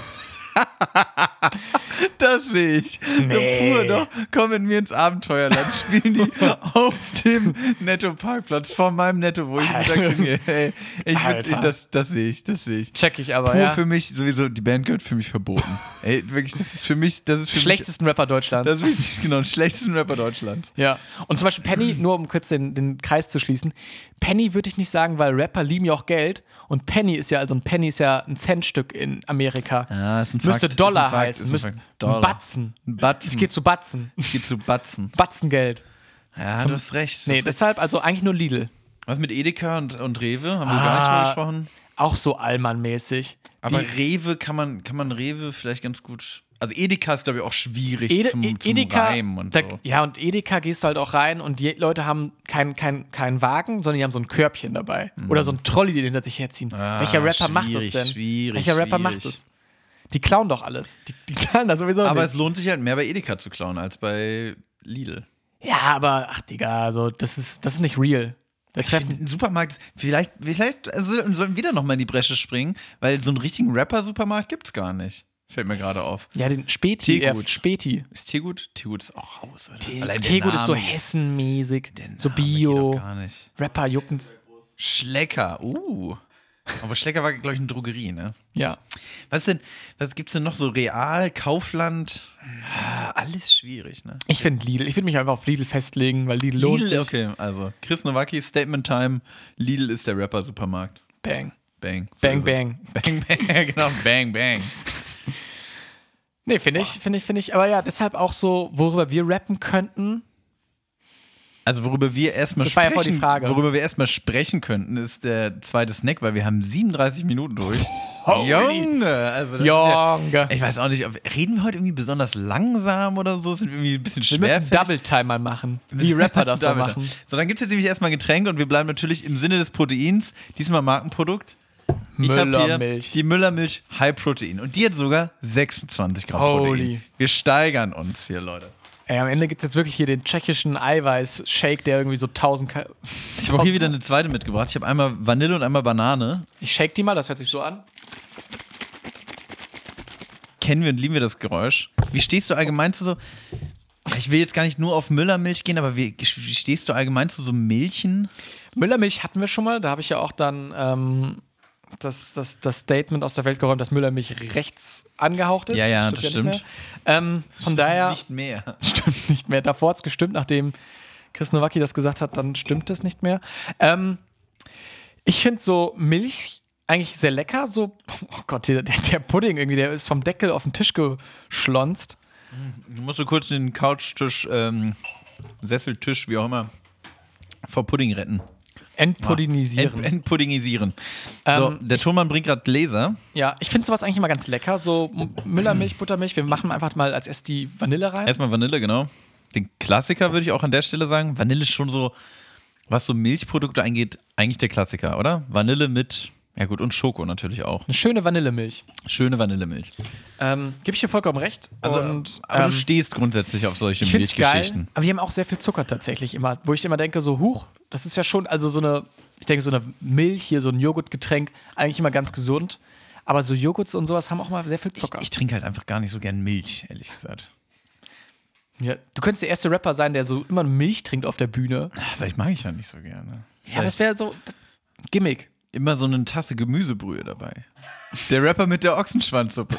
[SPEAKER 1] Das sehe ich.
[SPEAKER 3] Nee.
[SPEAKER 1] Pur doch. Komm mit mir ins Abenteuerland. Spielen die auf dem Netto-Parkplatz vor meinem Netto, wo ich Mittag hingehe. Das sehe ich.
[SPEAKER 3] Check ich aber,
[SPEAKER 1] Pur
[SPEAKER 3] ja.
[SPEAKER 1] für mich, sowieso, die Band gehört für mich verboten. Ey, wirklich, das ist für mich...
[SPEAKER 3] Schlechtesten Rapper Deutschlands.
[SPEAKER 1] Das ist wirklich, genau, schlechtesten Rapper Deutschlands.
[SPEAKER 3] Ja. Und zum Beispiel Penny, nur um kurz den Kreis zu schließen, Penny würde ich nicht sagen, weil Rapper lieben ja auch Geld und Penny ist ja ein Centstück in Amerika.
[SPEAKER 1] Ja, ist ein Fakt.
[SPEAKER 3] Müsste Dollar heißen. Müsste
[SPEAKER 1] Dollar.
[SPEAKER 3] Batzen. Es geht zu Batzen. Batzengeld.
[SPEAKER 1] Ja, du hast recht.
[SPEAKER 3] Deshalb also eigentlich nur Lidl.
[SPEAKER 1] Was mit Edeka und Rewe? Haben wir gar nicht drüber gesprochen?
[SPEAKER 3] Auch so Allmann-mäßig.
[SPEAKER 1] Aber Rewe kann man Rewe vielleicht ganz gut... Also Edeka ist, glaube ich, auch schwierig zum Reimen und so.
[SPEAKER 3] Ja, und Edeka gehst du halt auch rein und die Leute haben keinen Wagen, sondern die haben so ein Körbchen dabei. Oder so ein Trolley, die hinter sich herziehen. Welcher Rapper macht das denn? Welcher Rapper macht das? Die klauen doch alles. Die zahlen da sowieso
[SPEAKER 1] Aber
[SPEAKER 3] nicht.
[SPEAKER 1] Es lohnt sich halt mehr bei Edeka zu klauen als bei Lidl.
[SPEAKER 3] Ja, aber ach Digga, also das ist nicht real.
[SPEAKER 1] Ein Supermarkt, vielleicht sollten wir da nochmal in die Bresche springen, weil so einen richtigen Rapper-Supermarkt gibt's gar nicht. Fällt mir gerade auf.
[SPEAKER 3] Ja, den Späti.
[SPEAKER 1] Späti. Ist Teegut? Teegut ist auch Haus, oder?
[SPEAKER 3] Teegut ist so hessenmäßig. So Bio.
[SPEAKER 1] Gar nicht.
[SPEAKER 3] Rapper jucken's.
[SPEAKER 1] Schlecker. Aber Schlecker war, glaube ich, eine Drogerie, ne?
[SPEAKER 3] Ja.
[SPEAKER 1] Was gibt's denn noch so? Real, Kaufland? Alles schwierig, ne?
[SPEAKER 3] Ich finde Lidl. Ich würde mich einfach auf Lidl festlegen, weil Lidl lohnt sich.
[SPEAKER 1] Okay, also Chris Nowacki, Statement Time. Lidl ist der Rapper-Supermarkt.
[SPEAKER 3] Bang.
[SPEAKER 1] Bang.
[SPEAKER 3] Bang, bang.
[SPEAKER 1] Bang, bang. Genau, bang, bang.
[SPEAKER 3] Nee, finde ich. Aber ja, deshalb auch so, worüber wir rappen könnten.
[SPEAKER 1] Also worüber wir erstmal sprechen könnten, ist der zweite Snack, weil wir haben 37 Minuten durch. Junge! Also ich weiß auch nicht, reden wir heute irgendwie besonders langsam oder so? Sind wir irgendwie ein bisschen schwer?
[SPEAKER 3] Wir müssen Double Time mal machen, wie Rapper das so machen.
[SPEAKER 1] So, dann gibt es jetzt nämlich erstmal Getränke und wir bleiben natürlich im Sinne des Proteins, diesmal Markenprodukt. Ich habe hier die Müllermilch High Protein und die hat sogar 26 Gramm Protein. Wir steigern uns hier, Leute.
[SPEAKER 3] Ey, am Ende gibt es jetzt wirklich hier den tschechischen Eiweiß-Shake, der irgendwie so 1000
[SPEAKER 1] Ich habe auch hier wieder eine zweite mitgebracht. Ich habe einmal Vanille und einmal Banane.
[SPEAKER 3] Ich shake die mal, das hört sich so an.
[SPEAKER 1] Kennen wir und lieben wir das Geräusch? Wie stehst du allgemein zu so... Ich will jetzt gar nicht nur auf Müllermilch gehen, aber wie stehst du allgemein zu so Milchen?
[SPEAKER 3] Müllermilch hatten wir schon mal, da habe ich ja auch dann das Statement aus der Welt geräumt, dass Müllermilch rechts angehaucht ist.
[SPEAKER 1] Ja, das stimmt.
[SPEAKER 3] Von daher.
[SPEAKER 1] Nicht mehr.
[SPEAKER 3] Stimmt nicht mehr. Davor hat es gestimmt, nachdem Chris Nowacki das gesagt hat, dann stimmt es nicht mehr. Ich finde so Milch eigentlich sehr lecker. So, oh Gott, der Pudding irgendwie, der ist vom Deckel auf den Tisch geschlonzt.
[SPEAKER 1] Du musst so kurz den Couchtisch, Sesseltisch, wie auch immer, vor Pudding retten.
[SPEAKER 3] Entpuddingisieren.
[SPEAKER 1] Entpuddingisieren. So, der Tonmann bringt gerade Gläser.
[SPEAKER 3] Ja, ich finde sowas eigentlich immer ganz lecker. So Müllermilch, Buttermilch. Wir machen einfach mal als erstes die Vanille rein.
[SPEAKER 1] Erstmal Vanille, genau. Den Klassiker würde ich auch an der Stelle sagen. Vanille ist schon so, was so Milchprodukte angeht, eigentlich der Klassiker, oder? Vanille mit Ja gut, und Schoko natürlich auch.
[SPEAKER 3] Eine schöne Vanillemilch.
[SPEAKER 1] Schöne Vanillemilch.
[SPEAKER 3] Gebe ich dir vollkommen recht. Also,
[SPEAKER 1] aber du stehst grundsätzlich auf solche
[SPEAKER 3] Geil,
[SPEAKER 1] Milchgeschichten.
[SPEAKER 3] aber die haben auch sehr viel Zucker tatsächlich immer. Wo ich immer denke, so huch, das ist ja schon, also so eine Milch hier, so ein Joghurtgetränk, eigentlich immer ganz gesund. Aber so Joghurts und sowas haben auch mal sehr viel Zucker.
[SPEAKER 1] Ich trinke halt einfach gar nicht so gern Milch, ehrlich gesagt.
[SPEAKER 3] Ja, du könntest der erste Rapper sein, der so immer Milch trinkt auf der Bühne.
[SPEAKER 1] Vielleicht mag ich ja nicht so gerne.
[SPEAKER 3] Ja, das wäre so Gimmick.
[SPEAKER 1] Immer so eine Tasse Gemüsebrühe dabei. Der Rapper mit der Ochsenschwanzsuppe.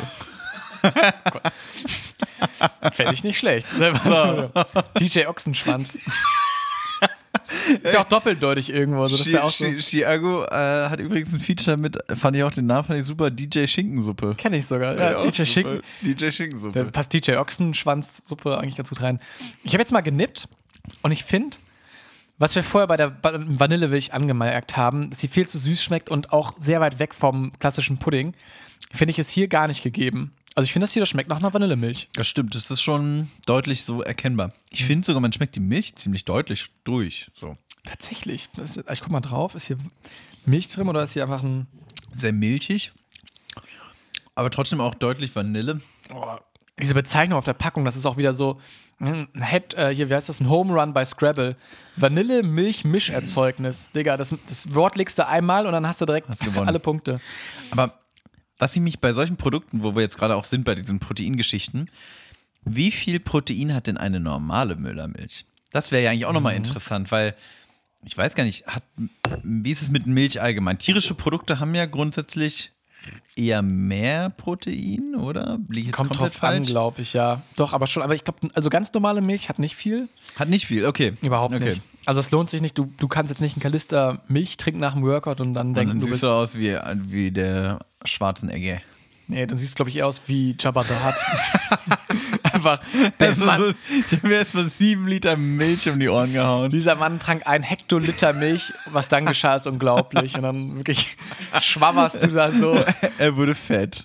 [SPEAKER 3] Fände ich nicht schlecht. DJ Ochsenschwanz. Ist ja auch doppeldeutig irgendwo. So, das ist ja auch so.
[SPEAKER 1] Chiago hat übrigens ein Feature mit, fand ich super, DJ Schinkensuppe.
[SPEAKER 3] Kenn ich sogar. Ja, DJ Schinken.
[SPEAKER 1] DJ Schinkensuppe.
[SPEAKER 3] Da passt DJ Ochsenschwanzsuppe eigentlich ganz gut rein. Ich habe jetzt mal genippt und ich finde, was wir vorher bei der Vanillemilch angemerkt haben, dass sie viel zu süß schmeckt und auch sehr weit weg vom klassischen Pudding, finde ich es hier gar nicht gegeben. Also ich finde, das schmeckt nach einer Vanillemilch.
[SPEAKER 1] Das stimmt, das ist schon deutlich so erkennbar. Ich finde sogar, man schmeckt die Milch ziemlich deutlich durch. So.
[SPEAKER 3] Tatsächlich. Ich guck mal drauf, ist hier Milch drin oder ist hier einfach ein...
[SPEAKER 1] Sehr milchig, aber trotzdem auch deutlich Vanille.
[SPEAKER 3] Oh, diese Bezeichnung auf der Packung, das ist auch wieder so... hier, wie heißt das? Ein Home Run bei Scrabble. Vanille-Milch-Mischerzeugnis. Digga, das Wort legst du einmal und dann hast du direkt alle Punkte.
[SPEAKER 1] Aber was ich mich bei solchen Produkten, wo wir jetzt gerade auch sind, bei diesen Proteingeschichten, wie viel Protein hat denn eine normale Müllermilch? Das wäre ja eigentlich auch nochmal interessant, weil ich weiß gar nicht, wie ist es mit Milch allgemein? Tierische Produkte haben ja grundsätzlich eher mehr Protein, oder? Liege ich jetzt
[SPEAKER 3] kommt
[SPEAKER 1] komplett
[SPEAKER 3] drauf
[SPEAKER 1] falsch?
[SPEAKER 3] An, glaube ich, ja. Doch, aber schon. Aber ich glaube, also ganz normale Milch hat nicht viel.
[SPEAKER 1] Hat nicht viel, okay.
[SPEAKER 3] Überhaupt nicht. Also es lohnt sich nicht. Du kannst jetzt nicht einen Kalister Milch trinken nach dem Workout und dann denken,
[SPEAKER 1] du
[SPEAKER 3] bist...
[SPEAKER 1] siehst so aus wie der Schwarzenegger.
[SPEAKER 3] Nee, du siehst, glaube ich, eher aus wie Jabba the Hutt. Einfach.
[SPEAKER 1] Ich habe mir erstmal 7 Liter Milch um die Ohren gehauen.
[SPEAKER 3] Dieser Mann trank 1 Hektoliter Milch. Was dann geschah, ist unglaublich. Und dann wirklich schwabberst du da so.
[SPEAKER 1] Er wurde fett.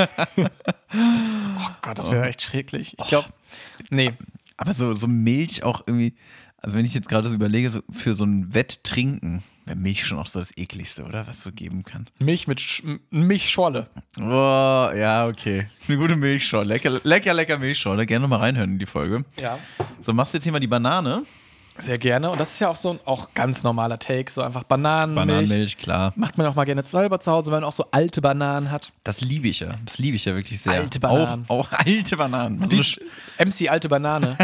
[SPEAKER 3] Oh Gott, das wäre echt schrecklich. Ich glaube, nee.
[SPEAKER 1] Aber so Milch auch irgendwie, also wenn ich jetzt gerade so überlege, so für so ein Wetttrinken, wäre Milch schon auch so das Ekligste, oder? Was es so geben kann.
[SPEAKER 3] Milch mit Milchschorle.
[SPEAKER 1] Oh, ja, okay. Eine gute Milchschorle. Lecker Milchschorle. Gerne nochmal reinhören in die Folge.
[SPEAKER 3] Ja.
[SPEAKER 1] So, machst du jetzt hier mal die Banane?
[SPEAKER 3] Sehr gerne. Und das ist ja auch so ein ganz normaler Take. So einfach Bananenmilch.
[SPEAKER 1] Bananenmilch, klar.
[SPEAKER 3] Macht man auch mal gerne selber zu Hause, wenn man auch so alte Bananen hat.
[SPEAKER 1] Das liebe ich ja. Das liebe ich ja wirklich sehr.
[SPEAKER 3] Alte Bananen.
[SPEAKER 1] Auch alte Bananen.
[SPEAKER 3] MC Alte Banane.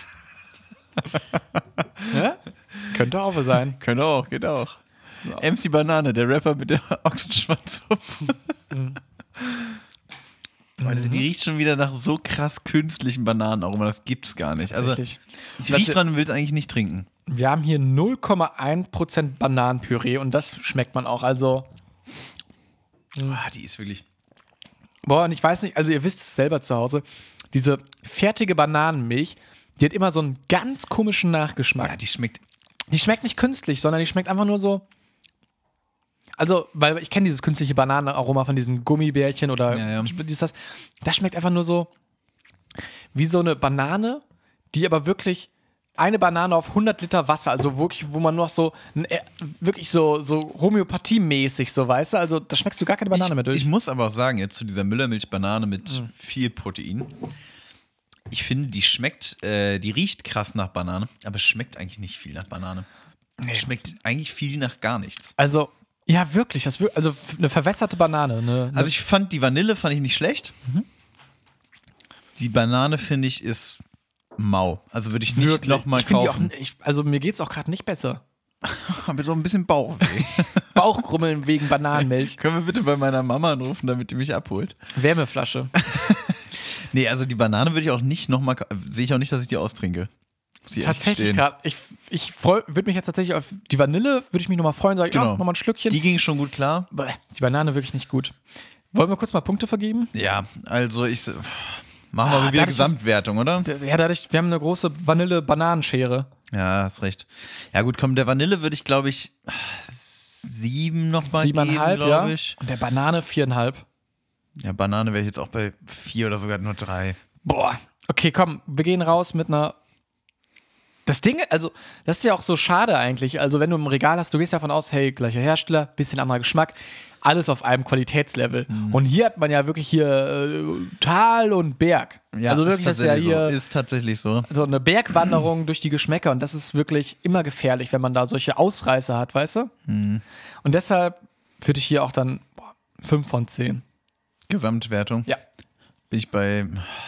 [SPEAKER 3] Ja? Könnte auch sein.
[SPEAKER 1] Könnte auch, geht auch. So. MC Banane, der Rapper mit der Ochsenschwanzsuppe. Die riecht schon wieder nach so krass künstlichen Bananenaromen, das gibt's gar nicht. Also, ich riech dran und will es eigentlich nicht trinken.
[SPEAKER 3] Wir haben hier 0,1% Bananenpüree und das schmeckt man auch. Also.
[SPEAKER 1] Die ist wirklich.
[SPEAKER 3] Boah, und ich weiß nicht, also ihr wisst es selber zu Hause, diese fertige Bananenmilch, die hat immer so einen ganz komischen Nachgeschmack.
[SPEAKER 1] Ja, die schmeckt
[SPEAKER 3] nicht künstlich, sondern die schmeckt einfach nur so. Also, weil ich kenne dieses künstliche Bananenaroma von diesen Gummibärchen oder das schmeckt einfach nur so wie so eine Banane, die aber wirklich eine Banane auf 100 Liter Wasser, also wirklich, wo man noch so wirklich so Homöopathie-mäßig, so, weißt du, also da schmeckst du gar keine Banane mehr durch.
[SPEAKER 1] Ich muss aber auch sagen, jetzt zu dieser Müllermilch-Banane mit viel Protein, ich finde, die riecht krass nach Banane, aber es schmeckt eigentlich nicht viel nach Banane. Nee. Schmeckt eigentlich viel nach gar nichts.
[SPEAKER 3] Also, ja, wirklich, also eine verwässerte Banane.
[SPEAKER 1] Also ich fand die Vanille nicht schlecht. Die Banane, finde ich, ist mau. Also würde ich nicht nochmal kaufen.
[SPEAKER 3] Also mir geht's auch gerade nicht besser.
[SPEAKER 1] Habe so ein bisschen Bauchweh.
[SPEAKER 3] Bauchkrummeln wegen Bananenmilch.
[SPEAKER 1] Können wir bitte bei meiner Mama anrufen, damit die mich abholt?
[SPEAKER 3] Wärmeflasche.
[SPEAKER 1] Nee, also die Banane würde ich auch nicht nochmal, sehe ich auch nicht, dass ich die austrinke.
[SPEAKER 3] Tatsächlich gerade. Ich würde mich jetzt tatsächlich auf die Vanille, würde ich mich nochmal freuen, sage ich,
[SPEAKER 1] genau.
[SPEAKER 3] Nochmal ein Schlückchen.
[SPEAKER 1] Die ging schon gut klar.
[SPEAKER 3] Die Banane wirklich nicht gut. Wollen wir kurz mal Punkte vergeben?
[SPEAKER 1] Ja, also machen wir wieder Gesamtwertung, oder?
[SPEAKER 3] Ja, wir haben eine große Vanille-Bananenschere.
[SPEAKER 1] Ja, hast recht. Ja gut, komm, der Vanille würde ich, glaube ich, 7 nochmal geben,
[SPEAKER 3] 7,5,
[SPEAKER 1] glaube ich.
[SPEAKER 3] Und der Banane 4,5.
[SPEAKER 1] Ja, Banane wäre ich jetzt auch bei 4 oder sogar nur 3.
[SPEAKER 3] Boah. Okay, komm, wir gehen raus mit einer Das Ding, also, das ist ja auch so schade eigentlich. Also, wenn du im Regal hast, du gehst davon aus, hey, gleicher Hersteller, bisschen anderer Geschmack, alles auf einem Qualitätslevel. Und hier hat man ja wirklich Tal und Berg.
[SPEAKER 1] Ja,
[SPEAKER 3] also wirklich, das ist ja hier
[SPEAKER 1] ist tatsächlich so.
[SPEAKER 3] so eine Bergwanderung durch die Geschmäcker. Und das ist wirklich immer gefährlich, wenn man da solche Ausreißer hat, weißt du? Und deshalb würde ich hier auch dann 5 von 10.
[SPEAKER 1] Gesamtwertung?
[SPEAKER 3] Ja.
[SPEAKER 1] Bin ich bei...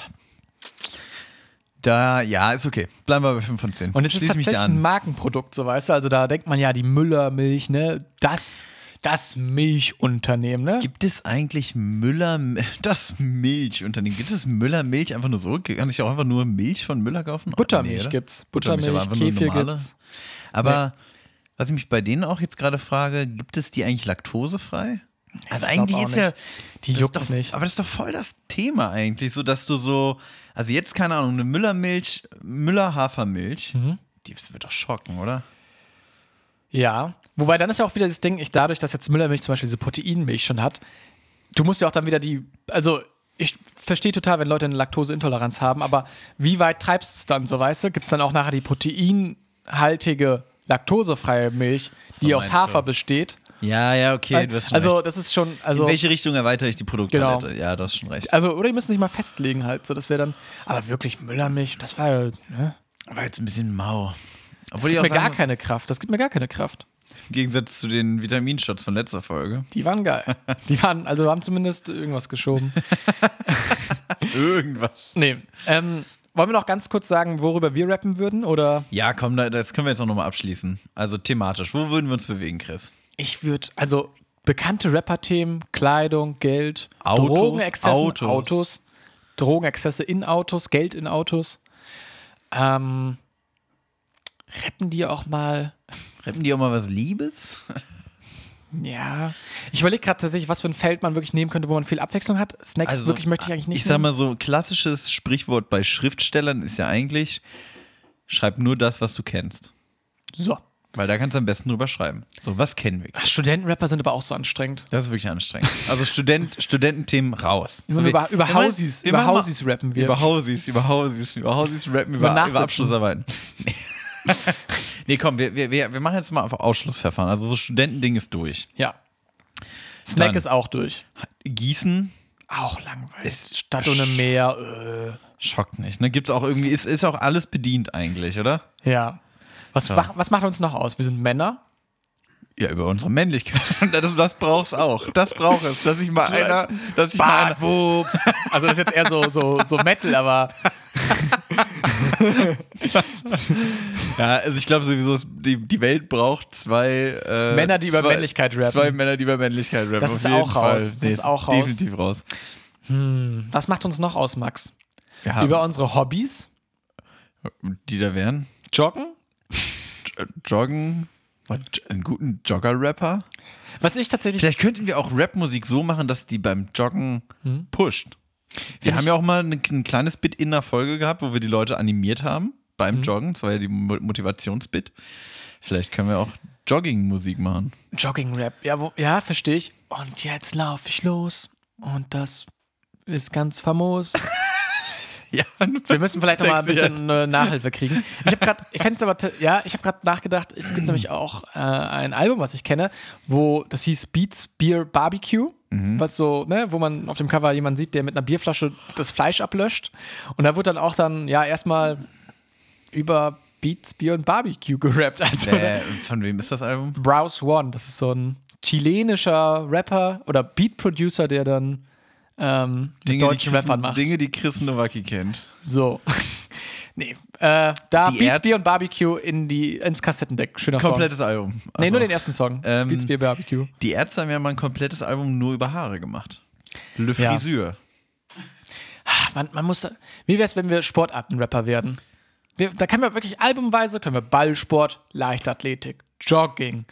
[SPEAKER 1] Da, ja, ist okay. Bleiben wir bei 5 von 10.
[SPEAKER 3] Und es ist tatsächlich ein Markenprodukt, so weißt du. Also da denkt man ja, die Müller-Milch, ne, das Milchunternehmen, ne?
[SPEAKER 1] Gibt es eigentlich das Milchunternehmen? Gibt es Müller-Milch einfach nur so? Kann ich auch einfach nur Milch von Müller kaufen?
[SPEAKER 3] Buttermilch
[SPEAKER 1] Nee,
[SPEAKER 3] gibt's.
[SPEAKER 1] Buttermilch, aber einfach
[SPEAKER 3] Kefir
[SPEAKER 1] nur normale.
[SPEAKER 3] gibt's.
[SPEAKER 1] Aber was ich mich bei denen auch jetzt gerade frage, gibt es die eigentlich laktosefrei? Also eigentlich ist ja...
[SPEAKER 3] Die juckt es nicht.
[SPEAKER 1] Aber das ist doch voll das Thema eigentlich, so dass du so... Also jetzt, keine Ahnung, eine Müller-Milch, Müller-Hafermilch, die wird doch schocken, oder?
[SPEAKER 3] Ja, wobei dann ist ja auch wieder das Ding, dadurch, dass jetzt Müllermilch zum Beispiel diese Proteinmilch schon hat, du musst ja auch dann wieder also ich verstehe total, wenn Leute eine Laktoseintoleranz haben, aber wie weit treibst du es dann, so weißt du? Gibt es dann auch nachher die proteinhaltige, laktosefreie Milch, die aus Hafer besteht?
[SPEAKER 1] Ja, okay, du hast schon
[SPEAKER 3] also
[SPEAKER 1] recht.
[SPEAKER 3] Das ist schon,
[SPEAKER 1] in welche Richtung erweitere ich die Produktpalette? Genau. Ja, du hast schon recht.
[SPEAKER 3] Also, oder die müssen sich mal festlegen halt, so dass wir dann, aber wirklich Müllermilch, das war ja, ne?
[SPEAKER 1] War jetzt ein bisschen mau.
[SPEAKER 3] Das gibt mir gar keine Kraft.
[SPEAKER 1] Im Gegensatz zu den Vitaminshots von letzter Folge.
[SPEAKER 3] Die waren geil. Haben zumindest irgendwas geschoben.
[SPEAKER 1] Irgendwas.
[SPEAKER 3] Nee. Wollen wir noch ganz kurz sagen, worüber wir rappen würden? Oder?
[SPEAKER 1] Ja, komm, das können wir jetzt noch mal abschließen. Also thematisch. Wo würden wir uns bewegen, Chris?
[SPEAKER 3] Ich würde, also bekannte Rapper-Themen, Kleidung, Geld,
[SPEAKER 1] Drogenexzesse,
[SPEAKER 3] Autos, Drogenexzesse in Autos, Geld in Autos. Rappen die auch mal
[SPEAKER 1] was Liebes?
[SPEAKER 3] Ja. Ich überlege gerade tatsächlich, was für ein Feld man wirklich nehmen könnte, wo man viel Abwechslung hat. Snacks
[SPEAKER 1] also,
[SPEAKER 3] wirklich möchte ich eigentlich nicht.
[SPEAKER 1] Ich sag mal so, klassisches Sprichwort bei Schriftstellern ist ja eigentlich, schreib nur das, was du kennst.
[SPEAKER 3] So.
[SPEAKER 1] Weil da kannst du am besten drüber schreiben. So, was kennen wir?
[SPEAKER 3] Studentenrapper sind aber auch so anstrengend.
[SPEAKER 1] Das ist wirklich anstrengend. Also Studententhemen raus.
[SPEAKER 3] So über Hausis rappen wir.
[SPEAKER 1] Über Hausis rappen, über Abschlussarbeiten. Nee, komm, wir machen jetzt mal einfach Ausschlussverfahren. Also so Studentending ist durch.
[SPEAKER 3] Ja. Snack ist auch durch.
[SPEAKER 1] Gießen.
[SPEAKER 3] Auch langweilig. Stadt ohne Meer.
[SPEAKER 1] Schockt nicht. Ne? Gibt's auch irgendwie, ist auch alles bedient eigentlich, oder?
[SPEAKER 3] Ja. Was macht uns noch aus? Wir sind Männer.
[SPEAKER 1] Ja, über unsere Männlichkeit. Das brauchst auch. Das braucht es. Dass ich mal
[SPEAKER 3] Bartwuchs. Also das ist jetzt eher so Metal, aber...
[SPEAKER 1] Ja, also ich glaube sowieso, die Welt braucht zwei
[SPEAKER 3] Männer, die über Männlichkeit rappen.
[SPEAKER 1] Zwei Männer, die über Männlichkeit rappen.
[SPEAKER 3] Das ist auch raus. Das ist auch raus.
[SPEAKER 1] Definitiv raus.
[SPEAKER 3] Was macht uns noch aus, Max?
[SPEAKER 1] Ja.
[SPEAKER 3] Über unsere Hobbys?
[SPEAKER 1] Die da wären?
[SPEAKER 3] Joggen?
[SPEAKER 1] Einen guten Jogger-Rapper?
[SPEAKER 3] Was ich tatsächlich...
[SPEAKER 1] Vielleicht könnten wir auch Rap-Musik so machen, dass die beim Joggen pusht. Wir haben ja auch mal ein kleines Bit in der Folge gehabt, wo wir die Leute animiert haben beim Joggen. Das war ja die Motivationsbit. Vielleicht können wir auch Jogging-Musik machen.
[SPEAKER 3] Jogging-Rap, ja, verstehe ich. Und jetzt laufe ich los und das ist ganz famos.
[SPEAKER 1] Ja,
[SPEAKER 3] wir müssen vielleicht noch mal ein bisschen Nachhilfe kriegen. Ich habe gerade nachgedacht, es gibt nämlich auch ein Album, was ich kenne, wo das hieß Beats, Beer, Barbecue. Was so, ne, wo man auf dem Cover jemanden sieht, der mit einer Bierflasche das Fleisch ablöscht. Und da wurde dann auch erstmal über Beats, Bier und Barbecue gerappt. Also,
[SPEAKER 1] von wem ist das Album?
[SPEAKER 3] Browse One, das ist so ein chilenischer Rapper oder Beat-Producer, der dann mit deutschen Rappern macht.
[SPEAKER 1] Dinge, die Chris Nowacki kennt.
[SPEAKER 3] So. Nee. Beats, Bier und Barbecue ins Kassettendeck. Schöner Song.
[SPEAKER 1] Komplettes Album.
[SPEAKER 3] Also, nee, nur den ersten Song. Beats, Bier, Barbecue.
[SPEAKER 1] Die Ärzte haben ja mal ein komplettes Album nur über Haare gemacht. Le Frisure.
[SPEAKER 3] Man muss da, wie wäre es, wenn wir Sportartenrapper werden? Da können wir wirklich albumweise, Ballsport, Leichtathletik, Jogging,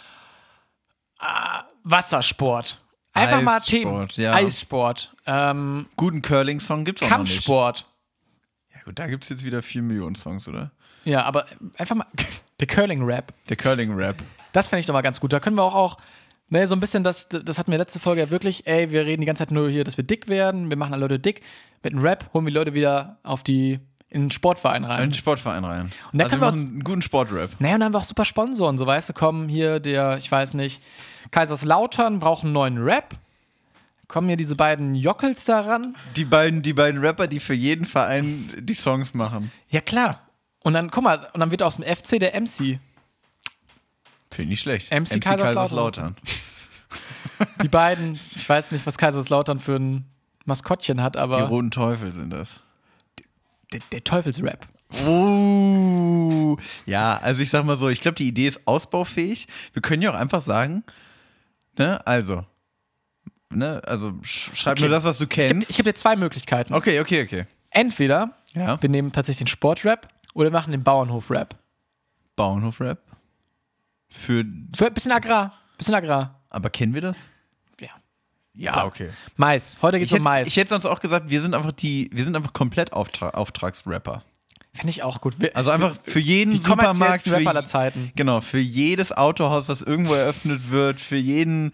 [SPEAKER 3] Wassersport. Einfach mal Themen.
[SPEAKER 1] Ja.
[SPEAKER 3] Eissport.
[SPEAKER 1] Guten Curling-Song gibt's auch noch nicht.
[SPEAKER 3] Kampfsport.
[SPEAKER 1] Ja gut, da gibt's jetzt wieder 4 Millionen Songs, oder?
[SPEAKER 3] Ja, aber einfach mal der Curling-Rap.
[SPEAKER 1] Der Curling-Rap.
[SPEAKER 3] Das fände ich doch mal ganz gut. Da können wir auch ne, so ein bisschen, das hatten wir letzte Folge ja wirklich, wir reden die ganze Zeit nur hier, dass wir dick werden, wir machen alle Leute dick. Mit einem Rap holen wir Leute wieder auf die in einen Sportverein rein.
[SPEAKER 1] In einen Sportverein rein.
[SPEAKER 3] Und da
[SPEAKER 1] also wir machen einen guten Sportrap.
[SPEAKER 3] Naja, und dann haben wir auch super Sponsoren. So, weißt du, kommen hier ich weiß nicht, Kaiserslautern braucht einen neuen Rap. Kommen hier diese beiden Jockels da ran.
[SPEAKER 1] Die beiden Rapper, die für jeden Verein die Songs machen.
[SPEAKER 3] Ja, klar. Und dann, guck mal, und dann wird aus dem FC der MC.
[SPEAKER 1] Finde ich nicht schlecht.
[SPEAKER 3] MC Kaiserslautern. Die beiden, ich weiß nicht, was Kaiserslautern für ein Maskottchen hat, aber.
[SPEAKER 1] Die Roten Teufel sind das.
[SPEAKER 3] Der Teufelsrap.
[SPEAKER 1] Ja, also ich sag mal so, ich glaube, die Idee ist ausbaufähig. Wir können ja auch einfach sagen, also schreib nur das, was du kennst.
[SPEAKER 3] Ich geb dir 2 Möglichkeiten.
[SPEAKER 1] Okay.
[SPEAKER 3] Entweder wir nehmen tatsächlich den Sportrap oder wir machen den Bauernhof-Rap.
[SPEAKER 1] Bauernhof-Rap? Für
[SPEAKER 3] ein bisschen Agrar.
[SPEAKER 1] Aber kennen wir das? Ja, okay.
[SPEAKER 3] Mais. Heute geht's um Mais.
[SPEAKER 1] Ich hätte sonst auch gesagt, wir sind einfach komplett Auftragsrapper.
[SPEAKER 3] Finde ich auch gut.
[SPEAKER 1] Also einfach für jeden
[SPEAKER 3] die
[SPEAKER 1] Supermarkt,
[SPEAKER 3] Rapper aller Zeiten.
[SPEAKER 1] Genau, für jedes Autohaus, das irgendwo eröffnet wird, für jeden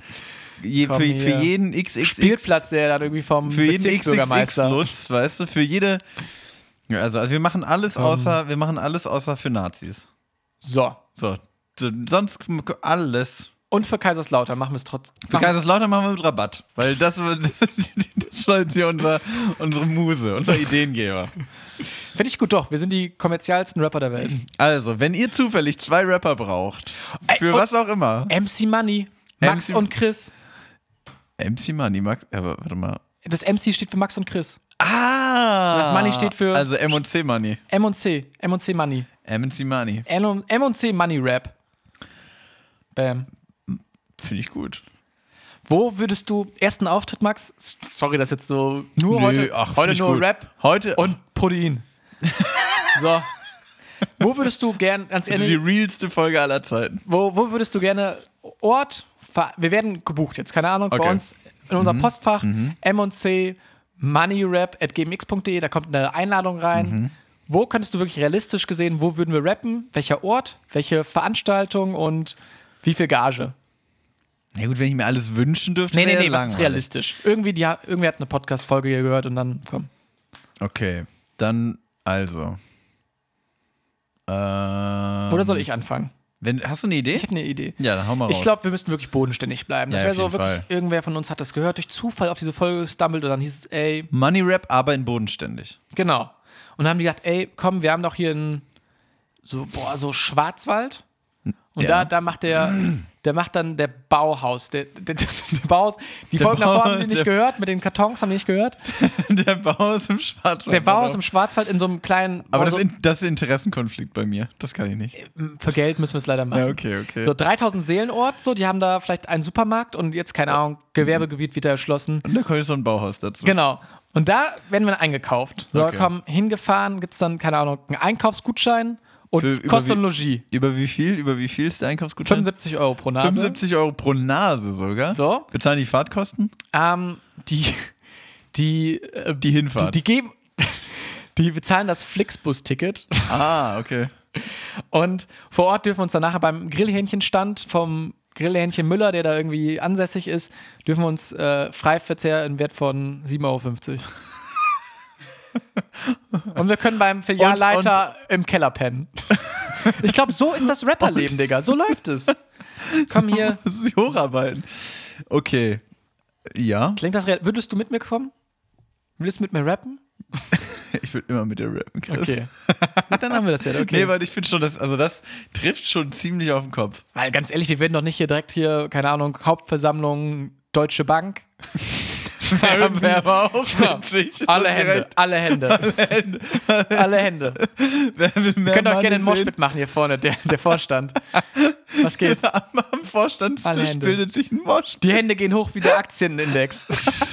[SPEAKER 1] XXX
[SPEAKER 3] Spielplatz, der dann irgendwie vom Bezirksbürgermeister.
[SPEAKER 1] Für jeden XXX-Lutz, weißt du, für jede. Ja, also wir machen alles außer für Nazis.
[SPEAKER 3] So,
[SPEAKER 1] sonst alles.
[SPEAKER 3] Und für Kaiserslautern machen wir es trotzdem.
[SPEAKER 1] Für Kaiserslautern machen wir mit Rabatt, weil das ist jetzt hier unsere Muse, unser Ideengeber.
[SPEAKER 3] Finde ich gut, doch. Wir sind die kommerziellsten Rapper der Welt.
[SPEAKER 1] Also, wenn ihr zufällig 2 Rapper braucht, für was auch immer.
[SPEAKER 3] MC Money, Max und Chris.
[SPEAKER 1] MC Money, Max, aber warte mal.
[SPEAKER 3] Das MC steht für Max und Chris.
[SPEAKER 1] Ah!
[SPEAKER 3] Und das Money steht für...
[SPEAKER 1] Also M&C Money.
[SPEAKER 3] M&C Money.
[SPEAKER 1] M&C Money.
[SPEAKER 3] M&C Money Rap. Bam.
[SPEAKER 1] Finde ich gut.
[SPEAKER 3] Wo würdest du ersten Auftritt, Max? Sorry, das ist jetzt so nur heute nur gut. Rap und Protein. So. Wo würdest du gern, ganz ehrlich...
[SPEAKER 1] Die realste Folge aller Zeiten.
[SPEAKER 3] Wo würdest du gerne wir werden gebucht jetzt, keine Ahnung, bei uns in unserem Postfach M&C moneyrap@gmx.de, da kommt eine Einladung rein. Wo könntest du wirklich realistisch gesehen, wo würden wir rappen? Welcher Ort? Welche Veranstaltung und wie viel Gage?
[SPEAKER 1] Ja gut, wenn ich mir alles wünschen dürfte,
[SPEAKER 3] Nee, was ist realistisch? Irgendwer hat eine Podcast-Folge hier gehört und dann, komm.
[SPEAKER 1] Okay, dann also.
[SPEAKER 3] Oder soll ich anfangen?
[SPEAKER 1] Hast du eine Idee?
[SPEAKER 3] Ich hätte eine Idee.
[SPEAKER 1] Ja, dann hau mal raus.
[SPEAKER 3] Ich glaube, wir müssten wirklich bodenständig bleiben. Das
[SPEAKER 1] ja,
[SPEAKER 3] wäre so wirklich,
[SPEAKER 1] Fall.
[SPEAKER 3] Irgendwer von uns hat das gehört, durch Zufall auf diese Folge gestumbled und dann hieß es, ey.
[SPEAKER 1] Money Rap, aber in bodenständig.
[SPEAKER 3] Genau. Und dann haben die gedacht, ey, komm, wir haben doch hier so Schwarzwald. Und da macht dann der Bauhaus. Der Bauhaus. Die Folgen davor haben die nicht gehört, mit den Kartons haben die nicht gehört.
[SPEAKER 1] Der Bauhaus im Schwarzwald.
[SPEAKER 3] Der Bauhaus im Schwarzwald in so einem kleinen.
[SPEAKER 1] Aber das ist Interessenkonflikt bei mir. Das kann ich nicht.
[SPEAKER 3] Für Geld müssen wir es leider machen.
[SPEAKER 1] Ja, okay.
[SPEAKER 3] So 3000 Seelenort, die haben da vielleicht einen Supermarkt und jetzt, keine Ahnung, Gewerbegebiet wieder erschlossen.
[SPEAKER 1] Und da kommt so ein Bauhaus dazu.
[SPEAKER 3] Genau. Und da werden wir dann eingekauft. So, komm, hingefahren, gibt es dann, keine Ahnung, einen Einkaufsgutschein. Und Kost und Logis.
[SPEAKER 1] Über wie viel ist der Einkaufsgutschein?
[SPEAKER 3] 75 Euro pro Nase.
[SPEAKER 1] 75 Euro pro Nase sogar?
[SPEAKER 3] So.
[SPEAKER 1] Bezahlen die Fahrtkosten?
[SPEAKER 3] Die
[SPEAKER 1] Hinfahrt.
[SPEAKER 3] Die bezahlen das Flixbus-Ticket.
[SPEAKER 1] Ah, okay.
[SPEAKER 3] Und vor Ort dürfen wir uns dann nachher beim Grillhähnchenstand vom Grillhähnchen Müller, der da irgendwie ansässig ist, dürfen wir uns Freiverzehr im Wert von 7,50 Euro. Und wir können beim Filialleiter im Keller pennen. Ich glaube, so ist das Rapperleben, Digga. So läuft es. Komm hier.
[SPEAKER 1] Sie hocharbeiten. Okay. Ja.
[SPEAKER 3] Klingt das real? Würdest du mit mir kommen? Würdest du mit mir rappen?
[SPEAKER 1] Ich würde immer mit dir rappen, Chris.
[SPEAKER 3] Okay. Dann haben wir das ja. Okay.
[SPEAKER 1] Nee, weil ich finde schon, das trifft schon ziemlich auf den Kopf.
[SPEAKER 3] Weil ganz ehrlich, wir werden doch nicht hier, keine Ahnung, Hauptversammlung Deutsche Bank.
[SPEAKER 1] Wäre aber auch witzig.
[SPEAKER 3] Alle Hände.
[SPEAKER 1] Wer will mehr
[SPEAKER 3] Ihr könnt auch
[SPEAKER 1] Money
[SPEAKER 3] gerne den Moshpit
[SPEAKER 1] sehen?
[SPEAKER 3] machen hier vorne, der Vorstand. Was geht?
[SPEAKER 1] Am Vorstandstisch bildet sich ein Moshpit.
[SPEAKER 3] Die Hände gehen hoch wie der Aktienindex.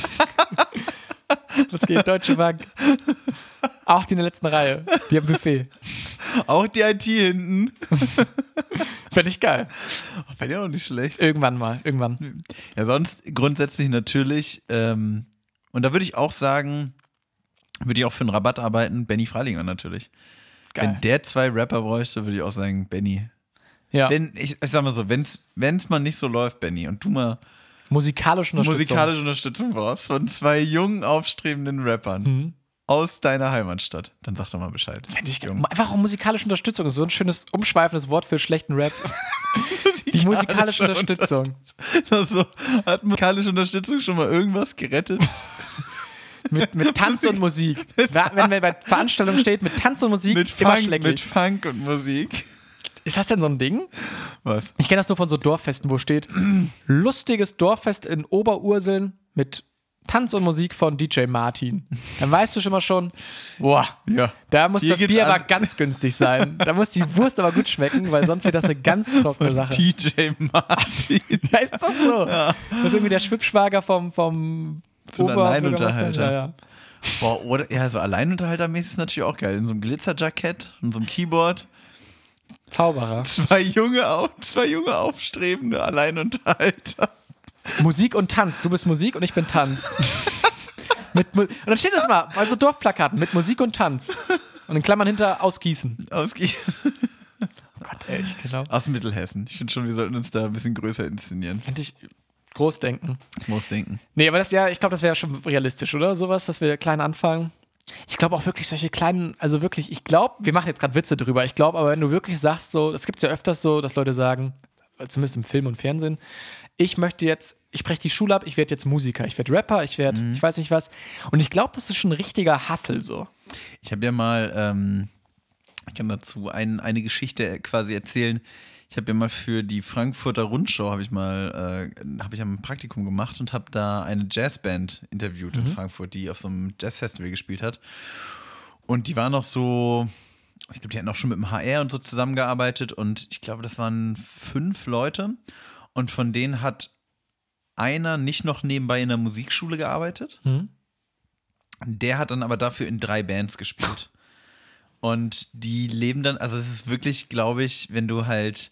[SPEAKER 3] Was geht? Deutsche Bank. Auch die in der letzten Reihe. Die haben Buffet.
[SPEAKER 1] Auch die IT hinten.
[SPEAKER 3] Fände ich geil.
[SPEAKER 1] Fände ich auch nicht schlecht.
[SPEAKER 3] Irgendwann.
[SPEAKER 1] Ja, sonst grundsätzlich natürlich, und da würde ich auch sagen, würde ich auch für einen Rabatt arbeiten, Benny Freilinger natürlich.
[SPEAKER 3] Geil.
[SPEAKER 1] Wenn der 2 Rapper bräuchte, würde ich auch sagen, Benny.
[SPEAKER 3] Ja.
[SPEAKER 1] Denn ich sag mal so, wenn's mal nicht so läuft, Benny, und du mal
[SPEAKER 3] musikalische Unterstützung
[SPEAKER 1] brauchst von 2 jungen, aufstrebenden Rappern. aus deiner Heimatstadt. Dann sag doch mal Bescheid.
[SPEAKER 3] Einfach auch musikalische Unterstützung. So ein schönes, umschweifendes Wort für schlechten Rap. Die musikalische Unterstützung.
[SPEAKER 1] So, hat musikalische Unterstützung schon mal irgendwas gerettet?
[SPEAKER 3] Mit Tanz und Musik. Wenn wir bei Veranstaltungen steht, mit Tanz und Musik, immer schrecklich.
[SPEAKER 1] Mit Funk und Musik.
[SPEAKER 3] Ist das denn so ein Ding?
[SPEAKER 1] Was?
[SPEAKER 3] Ich kenne das nur von so Dorffesten, wo steht, lustiges Dorffest in Oberurseln mit Tanz und Musik von DJ Martin. Dann weißt du schon mal, boah,
[SPEAKER 1] ja.
[SPEAKER 3] Da muss das Bier aber ganz günstig sein. Da muss die Wurst aber gut schmecken, weil sonst wird das eine ganz trockene Sache.
[SPEAKER 1] DJ Martin.
[SPEAKER 3] Ja, ist doch so. Ja. Das ist irgendwie der Schwippschwager vom
[SPEAKER 1] so ein Alleinunterhalter.
[SPEAKER 3] Ja.
[SPEAKER 1] Boah, oder, ja, so Alleinunterhaltermäßig ist natürlich auch geil. In so einem Glitzerjackett und so einem Keyboard.
[SPEAKER 3] Zauberer.
[SPEAKER 1] Zwei junge aufstrebende Alleinunterhalter.
[SPEAKER 3] Musik und Tanz. Du bist Musik und ich bin Tanz. Und dann steht das mal, also Dorfplakaten mit Musik und Tanz. Und in Klammern hinter aus Gießen.
[SPEAKER 1] Aus Gießen.
[SPEAKER 3] Oh Gott, echt, genau.
[SPEAKER 1] Aus Mittelhessen. Ich finde schon, wir sollten uns da ein bisschen größer inszenieren.
[SPEAKER 3] Könnte ich Großdenken.
[SPEAKER 1] Großdenken.
[SPEAKER 3] Nee, aber ich glaube, das wäre schon realistisch, oder? Sowas, dass wir klein anfangen. Ich glaube auch wirklich solche kleinen, also wirklich, ich glaube, wir machen jetzt gerade Witze drüber, ich glaube aber, wenn du wirklich sagst so, das gibt es ja öfters so, dass Leute sagen, zumindest im Film und Fernsehen, ich breche die Schule ab, ich werde jetzt Musiker, ich werde Rapper, ich werde, ich weiß nicht was. Und ich glaube, das ist schon ein richtiger Hustle so.
[SPEAKER 1] Ich habe ja mal, ich kann dazu eine Geschichte quasi erzählen. Ich habe ja mal für die Frankfurter Rundschau habe ich ein Praktikum gemacht und habe da eine Jazzband interviewt in Frankfurt, die auf so einem Jazzfestival gespielt hat. Und die waren noch so, ich glaube, die hatten auch schon mit dem HR und so zusammengearbeitet und ich glaube, das waren 5 Leute. Und von denen hat einer nicht noch nebenbei in der Musikschule gearbeitet. Der hat dann aber dafür in 3 Bands gespielt. Und die leben dann, also es ist wirklich, glaube ich, wenn du halt,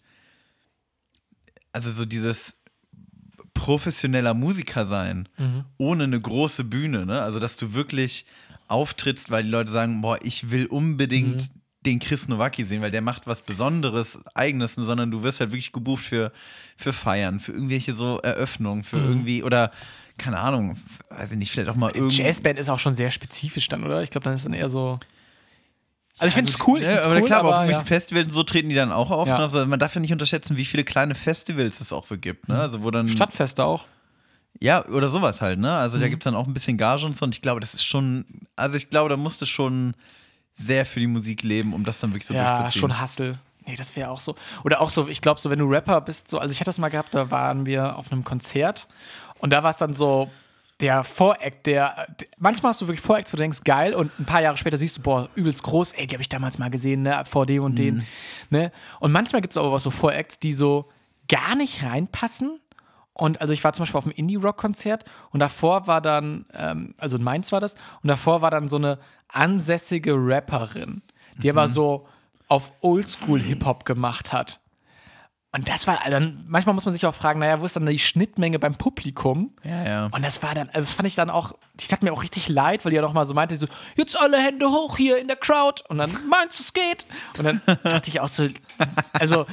[SPEAKER 1] also so dieses professioneller Musiker sein, ohne eine große Bühne, ne? Also dass du wirklich auftrittst, weil die Leute sagen, boah, ich will unbedingt den Chris Nowacki sehen, weil der macht was Besonderes, Eigenes, sondern du wirst halt wirklich gebucht für Feiern, für irgendwelche so Eröffnungen, für irgendwie, oder keine Ahnung, weiß ich nicht, vielleicht auch mal irgendwie.
[SPEAKER 3] Jazzband ist auch schon sehr spezifisch dann, oder? Ich glaube, dann ist dann eher so. Also ich finde es cool,
[SPEAKER 1] aber
[SPEAKER 3] cool,
[SPEAKER 1] klar, aber auf
[SPEAKER 3] ja.
[SPEAKER 1] irgendwelchen Festivals und so treten die dann auch auf.
[SPEAKER 3] Ja.
[SPEAKER 1] Ne? Also man darf ja nicht unterschätzen, wie viele kleine Festivals es auch so gibt. Ne? Also wo dann
[SPEAKER 3] Stadtfeste auch.
[SPEAKER 1] Ja, oder sowas halt, ne? Also da gibt es dann auch ein bisschen Gage und so. Und ich glaube, das ist schon, also ich glaube, da musst du schon sehr für die Musik leben, um das dann wirklich so durchzuziehen.
[SPEAKER 3] Ja, schon Hustle. Nee, das wäre auch so. Oder auch so, ich glaube, so, wenn du Rapper bist, so, also ich hatte das mal gehabt, da waren wir auf einem Konzert und da war es dann so, der Voract, manchmal hast du wirklich Voracts, wo du denkst, geil, und ein paar Jahre später siehst du, boah, übelst groß, ey, die habe ich damals mal gesehen, ne, vor dem und dem, ne? Und manchmal gibt es aber auch so Voracts, die so gar nicht reinpassen. Und also ich war zum Beispiel auf einem Indie-Rock-Konzert und davor war dann, also in Mainz war das, und davor war dann so eine ansässige Rapperin, die aber so auf Oldschool-Hip-Hop gemacht hat. Und das war dann, manchmal muss man sich auch fragen, naja, wo ist dann die Schnittmenge beim Publikum?
[SPEAKER 1] Ja.
[SPEAKER 3] Und das war dann, also das fand ich dann auch, die tat mir auch richtig leid, weil die ja noch mal so meinte, so, jetzt alle Hände hoch hier in der Crowd. Und dann, meinst du, es geht? Und dann dachte ich auch so, also,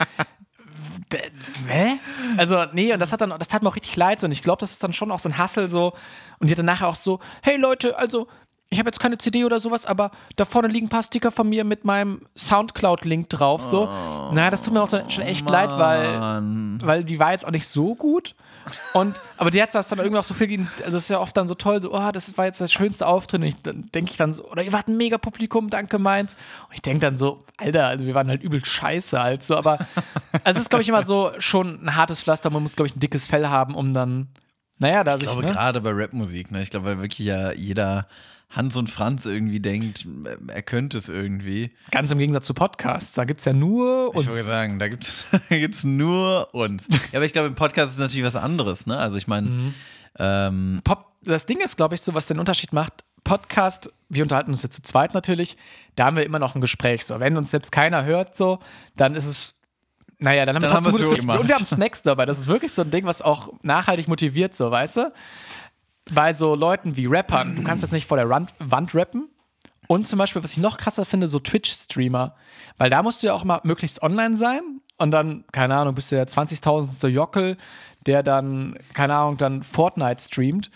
[SPEAKER 3] also, nee, und das tat mir auch richtig leid. Und ich glaube, das ist dann schon auch so ein Hustle so. Und die hat dann nachher auch so, hey Leute, also, ich habe jetzt keine CD oder sowas, aber da vorne liegen ein paar Sticker von mir mit meinem Soundcloud-Link drauf. So. Naja, das tut mir auch schon echt leid, weil die war jetzt auch nicht so gut. Aber die hat das dann irgendwie auch so viel gegeben. Also, es ist ja oft dann so toll, so, oh, das war jetzt das schönste Auftritt. Und dann denke ich dann so, oder ihr wart ein mega Publikum, danke meins. Und ich denke dann so, Alter, also wir waren halt übel scheiße halt so. Aber also es ist, glaube ich, immer so schon ein hartes Pflaster. Man muss, glaube ich, ein dickes Fell haben, um dann, naja, da
[SPEAKER 1] ich glaube, gerade bei Rapmusik, ne? Ich glaube, weil wirklich ja jeder Hans und Franz irgendwie denkt, er könnte es irgendwie.
[SPEAKER 3] Ganz im Gegensatz zu Podcasts, da gibt es ja nur uns.
[SPEAKER 1] Ich wollte sagen, da gibt's nur uns. Ja, aber ich glaube, im Podcast ist natürlich was anderes, ne? Also ich meine,
[SPEAKER 3] das Ding ist, glaube ich, so, was den Unterschied macht, Podcast, wir unterhalten uns jetzt zu zweit natürlich, da haben wir immer noch ein Gespräch. So, wenn uns selbst keiner hört, so, dann ist es, naja, dann haben wir trotzdem ein gutes Gespräch. Und wir haben Snacks dabei. Das ist wirklich so ein Ding, was auch nachhaltig motiviert, so, weißt du? Bei so Leuten wie Rappern, du kannst jetzt nicht vor der Wand rappen. Und zum Beispiel, was ich noch krasser finde, so Twitch-Streamer. Weil da musst du ja auch mal möglichst online sein. Und dann, keine Ahnung, bist du der 20.000. Jockel, der dann, keine Ahnung, dann Fortnite streamt.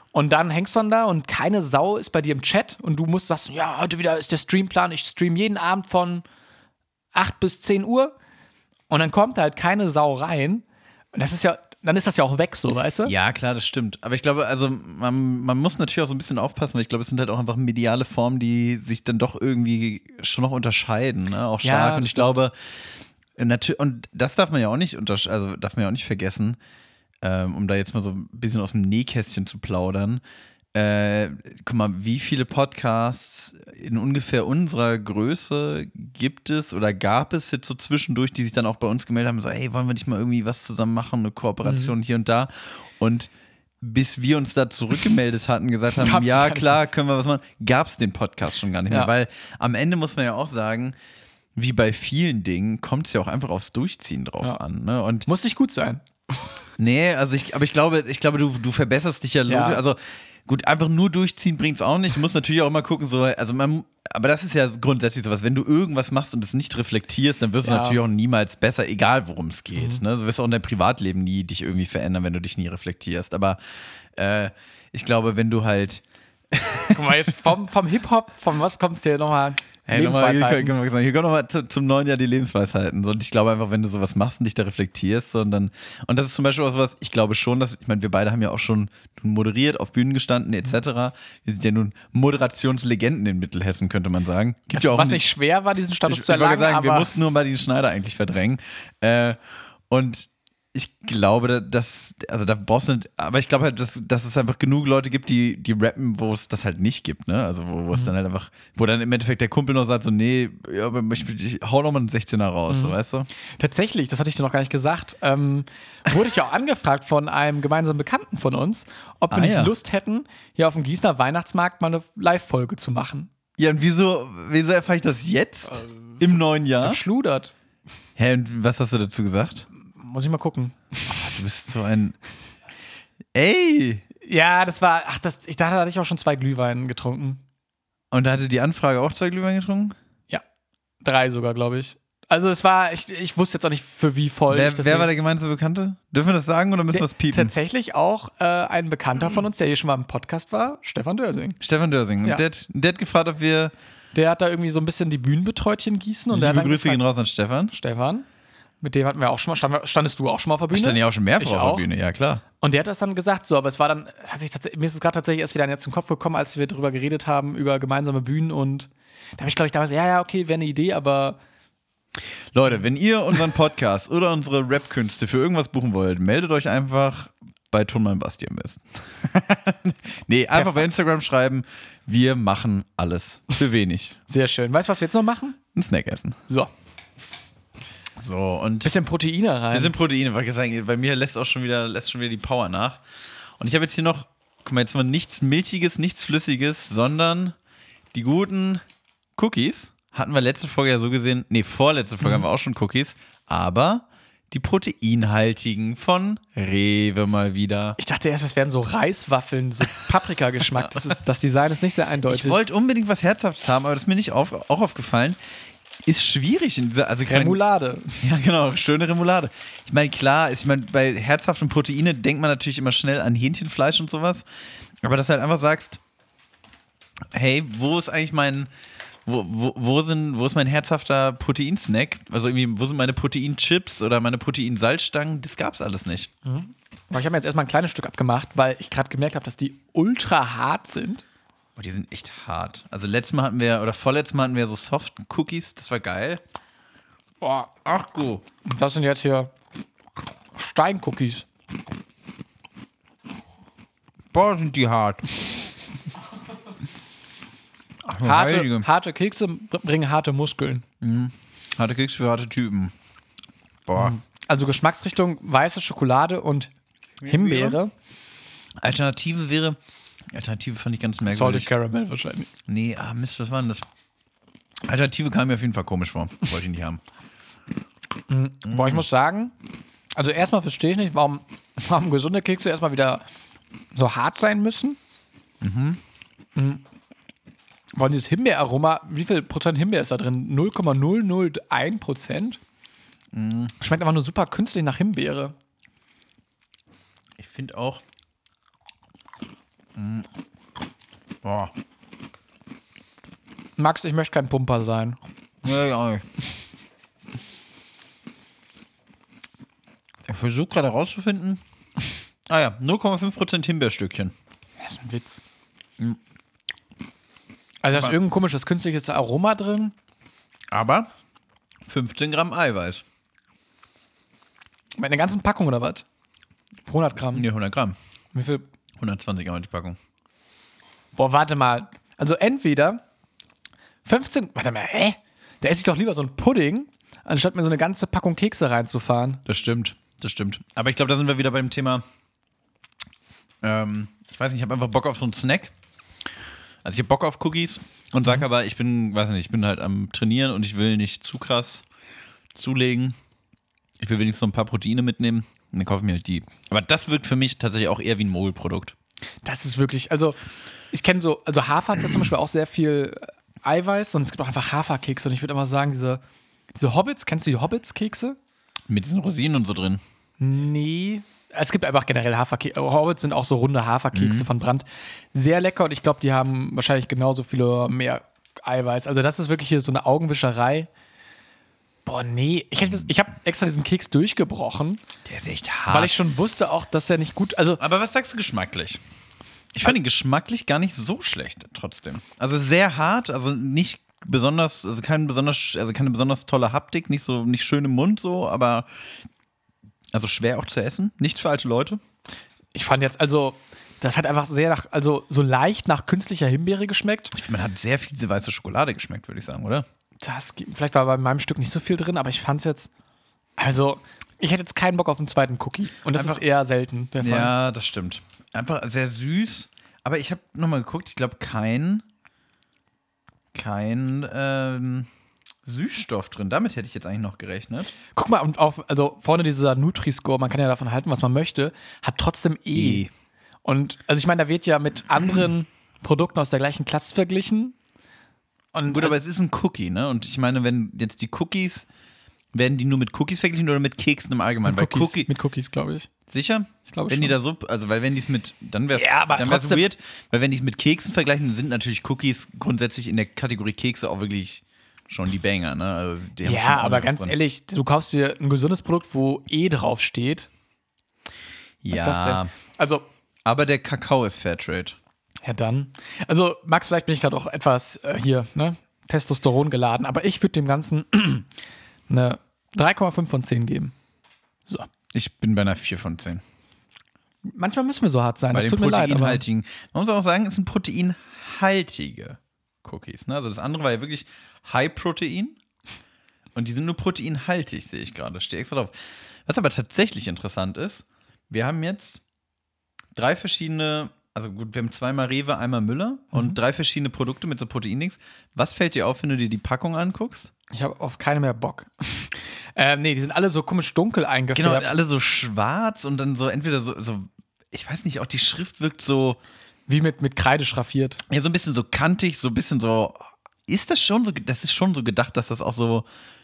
[SPEAKER 3] Und dann hängst du dann da und keine Sau ist bei dir im Chat und du sagst, ja, heute wieder ist der Streamplan, ich stream jeden Abend von 8 bis 10 Uhr und dann kommt halt keine Sau rein und dann ist das ja auch weg so, weißt du?
[SPEAKER 1] Ja, klar, das stimmt. Aber ich glaube, also man muss natürlich auch so ein bisschen aufpassen, weil ich glaube, es sind halt auch einfach mediale Formen, die sich dann doch irgendwie schon noch unterscheiden, ne? Auch stark.
[SPEAKER 3] Ja,
[SPEAKER 1] und ich glaube, und das darf man ja auch nicht vergessen, um da jetzt mal so ein bisschen aus dem Nähkästchen zu plaudern. Guck mal, wie viele Podcasts in ungefähr unserer Größe gibt es oder gab es jetzt so zwischendurch, die sich dann auch bei uns gemeldet haben, so, hey, wollen wir nicht mal irgendwie was zusammen machen, eine Kooperation hier und da? Und bis wir uns da zurückgemeldet hatten, gesagt haben, ja klar, können wir was machen, gab es den Podcast schon gar nicht mehr, weil am Ende muss man ja auch sagen, wie bei vielen Dingen kommt es ja auch einfach aufs Durchziehen drauf an. Ne? Und
[SPEAKER 3] muss nicht gut sein.
[SPEAKER 1] Nee, also ich glaube, du verbesserst dich ja logisch. Also gut, einfach nur durchziehen bringt es auch nicht. Du musst natürlich auch immer gucken, so, also aber das ist ja grundsätzlich sowas, wenn du irgendwas machst und es nicht reflektierst, dann wirst du natürlich auch niemals besser, egal worum es geht. Ne? Du wirst auch in deinem Privatleben nie dich irgendwie verändern, wenn du dich nie reflektierst. Aber ich glaube, wenn du halt
[SPEAKER 3] Guck mal, jetzt vom Hip-Hop, von was kommt es hier nochmal?
[SPEAKER 1] Hey, hier kommen nochmal zum neuen Jahr die Lebensweisheiten. Und ich glaube einfach, wenn du sowas machst und dich da reflektierst, und das ist zum Beispiel auch sowas, ich glaube schon, ich meine, wir beide haben ja auch schon moderiert, auf Bühnen gestanden, etc. Wir sind ja nun Moderationslegenden in Mittelhessen, könnte man sagen. Gibt ja auch
[SPEAKER 3] was nicht schwer war, diesen Status zu erlangen.
[SPEAKER 1] Ich wollte sagen, wir mussten nur Martin Schneider eigentlich verdrängen. Und ich glaube, aber ich glaube halt, dass es einfach genug Leute gibt, die rappen, wo es das halt nicht gibt, ne? Also wo es dann halt einfach, wo dann im Endeffekt der Kumpel noch sagt, so, nee, ja, aber ich hau noch mal einen 16er raus, so, weißt du?
[SPEAKER 3] Tatsächlich, das hatte ich dir noch gar nicht gesagt, wurde ich auch angefragt von einem gemeinsamen Bekannten von uns, ob wir nicht Lust hätten, hier auf dem Gießener Weihnachtsmarkt mal eine Live-Folge zu machen.
[SPEAKER 1] Ja, und wieso erfahre ich das jetzt? Im neuen Jahr?
[SPEAKER 3] Verschludert.
[SPEAKER 1] Hä, und was hast du dazu gesagt?
[SPEAKER 3] Muss ich mal gucken.
[SPEAKER 1] Du bist so ein. Ey!
[SPEAKER 3] Ja, das war. Ich dachte, da hatte ich auch schon 2 Glühwein getrunken.
[SPEAKER 1] Und da hatte die Anfrage auch 2 Glühwein getrunken?
[SPEAKER 3] Ja. 3 sogar, glaube ich. Also, es war. Ich wusste jetzt auch nicht, für wie voll.
[SPEAKER 1] Wer war der gemeinsame Bekannte? Dürfen wir das sagen oder müssen wir es piepen?
[SPEAKER 3] Tatsächlich auch ein Bekannter von uns, der hier schon mal im Podcast war, Stefan Dörsing.
[SPEAKER 1] Und der hat gefragt, ob wir.
[SPEAKER 3] Der hat da irgendwie so ein bisschen die Bühnen betreut hier in Gießen. Und
[SPEAKER 1] Liebe Grüße gehen raus an Stefan.
[SPEAKER 3] Mit dem hatten wir auch schon mal, standest du auch schon mal auf der Bühne?
[SPEAKER 1] Ich stand ja auch schon mehrfach auf der Bühne, ja klar.
[SPEAKER 3] Und der hat das dann gesagt, so, aber es war dann, mir ist es gerade tatsächlich erst wieder jetzt zum Kopf gekommen, als wir darüber geredet haben, über gemeinsame Bühnen und da habe ich, glaube ich, damals, okay, wäre eine Idee, aber
[SPEAKER 1] Leute, wenn ihr unseren Podcast oder unsere Rap-Künste für irgendwas buchen wollt, meldet euch einfach bei Tonmann Basti am besten. Nee, einfach bei Instagram schreiben, wir machen alles für wenig.
[SPEAKER 3] Sehr schön. Weißt du, was wir jetzt noch machen?
[SPEAKER 1] Ein Snack essen. So, und
[SPEAKER 3] bisschen Proteine rein.
[SPEAKER 1] Bisschen Proteine, weil ich sagen, bei mir lässt schon wieder die Power nach. Und ich habe jetzt hier noch, guck mal, jetzt mal nichts Milchiges, nichts Flüssiges, sondern die guten Cookies. Hatten wir letzte Folge ja so gesehen, vorletzte Folge haben wir auch schon Cookies, aber die proteinhaltigen von Rewe mal wieder.
[SPEAKER 3] Ich dachte erst, es wären so Reiswaffeln, so Paprika-Geschmack. Das Design ist nicht sehr eindeutig.
[SPEAKER 1] Ich wollte unbedingt was Herzhaftes haben, aber das ist mir nicht auch aufgefallen. Ist schwierig.
[SPEAKER 3] Remoulade.
[SPEAKER 1] Ja, genau, schöne Remoulade. Ich meine, klar, bei herzhaften Proteine denkt man natürlich immer schnell an Hähnchenfleisch und sowas. Aber dass du halt einfach sagst, hey, wo ist eigentlich wo ist mein herzhafter Proteinsnack? Also irgendwie, wo sind meine Proteinchips oder meine Proteinsalzstangen? Das gab's alles nicht.
[SPEAKER 3] Mhm. Aber ich habe mir jetzt erstmal ein kleines Stück abgemacht, weil ich gerade gemerkt habe, dass die ultra hart sind.
[SPEAKER 1] Oh, die sind echt hart. Also vorletztes Mal hatten wir so Soft-Cookies, das war geil.
[SPEAKER 3] Boah,
[SPEAKER 1] ach du.
[SPEAKER 3] Das sind jetzt hier Stein-Cookies.
[SPEAKER 1] Boah, sind die hart. Ach,
[SPEAKER 3] harte Kekse bringen harte Muskeln.
[SPEAKER 1] Mhm. Harte Kekse für harte Typen. Boah.
[SPEAKER 3] Also Geschmacksrichtung weiße Schokolade und Himbeere.
[SPEAKER 1] Alternative fand ich ganz merkwürdig.
[SPEAKER 3] Salted Caramel wahrscheinlich.
[SPEAKER 1] Nee, Mist, was war denn das? Alternative kam mir auf jeden Fall komisch vor. Wollte ich nicht haben.
[SPEAKER 3] Boah, ich muss sagen, also erstmal verstehe ich nicht, warum gesunde Kekse erstmal wieder so hart sein müssen. Weil dieses Himbeeraroma, wie viel Prozent Himbeer ist da drin? 0,001%? Schmeckt einfach nur super künstlich nach Himbeere.
[SPEAKER 1] Ich finde auch, Boah.
[SPEAKER 3] Max, ich möchte kein Pumper sein.
[SPEAKER 1] Ja. Ich versuche gerade herauszufinden. 0,5% Himbeerstückchen.
[SPEAKER 3] Das ist ein Witz. Also da ist irgendein komisches künstliches Aroma drin.
[SPEAKER 1] Aber 15 Gramm Eiweiß.
[SPEAKER 3] Mit einer ganzen Packung oder was? 100 Gramm?
[SPEAKER 1] Nee, 100 Gramm.
[SPEAKER 3] Wie viel?
[SPEAKER 1] 120 Gramm die Packung.
[SPEAKER 3] Boah, warte mal. Also entweder 15... Warte mal, Da esse ich doch lieber so einen Pudding, anstatt mir so eine ganze Packung Kekse reinzufahren.
[SPEAKER 1] Das stimmt. Aber ich glaube, da sind wir wieder beim Thema... ich weiß nicht, ich habe einfach Bock auf so einen Snack. Also ich habe Bock auf Cookies und sage aber, ich bin halt am Trainieren und ich will nicht zu krass zulegen. Ich will wenigstens so ein paar Proteine mitnehmen und dann kaufe ich mir halt die. Aber das wirkt für mich tatsächlich auch eher wie ein Mol-Produkt.
[SPEAKER 3] Das ist wirklich, also ich kenne also Hafer hat ja zum Beispiel auch sehr viel Eiweiß und es gibt auch einfach Haferkekse und ich würde immer sagen, diese Hobbits, kennst du die Hobbits-Kekse?
[SPEAKER 1] Mit diesen Rosinen und so drin?
[SPEAKER 3] Nee. Es gibt einfach generell Haferkekse. Hobbits sind auch so runde Haferkekse von Brandt. Sehr lecker und ich glaube, die haben wahrscheinlich genauso viel oder mehr Eiweiß. Also das ist wirklich hier so eine Augenwischerei. Boah, nee. Ich habe extra diesen Keks durchgebrochen.
[SPEAKER 1] Der ist echt hart.
[SPEAKER 3] Weil ich schon wusste auch, dass der nicht gut...
[SPEAKER 1] Aber was sagst du geschmacklich? Ich fand ihn geschmacklich gar nicht so schlecht trotzdem. Also sehr hart, also nicht besonders, also keine besonders tolle Haptik, nicht schön im Mund so, aber... Also schwer auch zu essen, nichts für alte Leute.
[SPEAKER 3] Ich fand jetzt, das hat einfach sehr so leicht nach künstlicher Himbeere geschmeckt.
[SPEAKER 1] Ich finde, man hat sehr viel diese weiße Schokolade geschmeckt, würde ich sagen, oder?
[SPEAKER 3] Vielleicht war bei meinem Stück nicht so viel drin, aber ich fand es jetzt, ich hätte jetzt keinen Bock auf einen zweiten Cookie. Und das ist eher selten der Fall.
[SPEAKER 1] Ja, das stimmt. Einfach sehr süß, aber ich habe nochmal geguckt, ich glaube kein Süßstoff drin. Damit hätte ich jetzt eigentlich noch gerechnet.
[SPEAKER 3] Guck mal, und auch, vorne dieser Nutri-Score, man kann ja davon halten, was man möchte, hat trotzdem E. Und, ich meine, da wird ja mit anderen Produkten aus der gleichen Klasse verglichen. Und
[SPEAKER 1] gut, aber es ist ein Cookie, ne? Und ich meine, wenn jetzt die Cookies, werden die nur mit Cookies verglichen oder mit Keksen im Allgemeinen?
[SPEAKER 3] Mit Cookies, glaube ich.
[SPEAKER 1] Sicher?
[SPEAKER 3] Ich glaube
[SPEAKER 1] schon.
[SPEAKER 3] Weil
[SPEAKER 1] wenn die es mit, dann wäre es weird, weil wenn die es mit Keksen vergleichen, dann sind natürlich Cookies grundsätzlich in der Kategorie Kekse auch wirklich schon die Banger, ne? Also die haben schon
[SPEAKER 3] aber ganz ehrlich, du kaufst dir ein gesundes Produkt, wo E drauf steht.
[SPEAKER 1] Ja.
[SPEAKER 3] Was ist das denn?
[SPEAKER 1] Aber der Kakao ist Fairtrade.
[SPEAKER 3] Ja, dann. Max, vielleicht bin ich gerade auch etwas Testosteron geladen, aber ich würde dem Ganzen eine 3,5 von 10 geben. So.
[SPEAKER 1] Ich bin bei einer 4 von 10.
[SPEAKER 3] Manchmal müssen wir so hart sein.
[SPEAKER 1] Bei
[SPEAKER 3] das
[SPEAKER 1] den
[SPEAKER 3] tut mir leid.
[SPEAKER 1] proteinhaltigen. Man muss auch sagen, es sind proteinhaltige Cookies. Ne? Also das andere war ja wirklich High Protein. Und die sind nur proteinhaltig, sehe ich gerade. Steht extra drauf. Was aber tatsächlich interessant ist, wir haben jetzt 3 verschiedene, also gut, wir haben zweimal Rewe, einmal Müller und 3 verschiedene Produkte mit so Proteindings. Was fällt dir auf, wenn du dir die Packung anguckst?
[SPEAKER 3] Ich habe auf keine mehr Bock. Nee, die sind alle so komisch dunkel eingefärbt.
[SPEAKER 1] Genau, alle so schwarz und dann so entweder so ich weiß nicht, auch die Schrift wirkt so...
[SPEAKER 3] Wie mit Kreide schraffiert.
[SPEAKER 1] Ja, so ein bisschen so kantig, so ein bisschen so... Ist das schon so... Das ist schon so gedacht, dass das auch so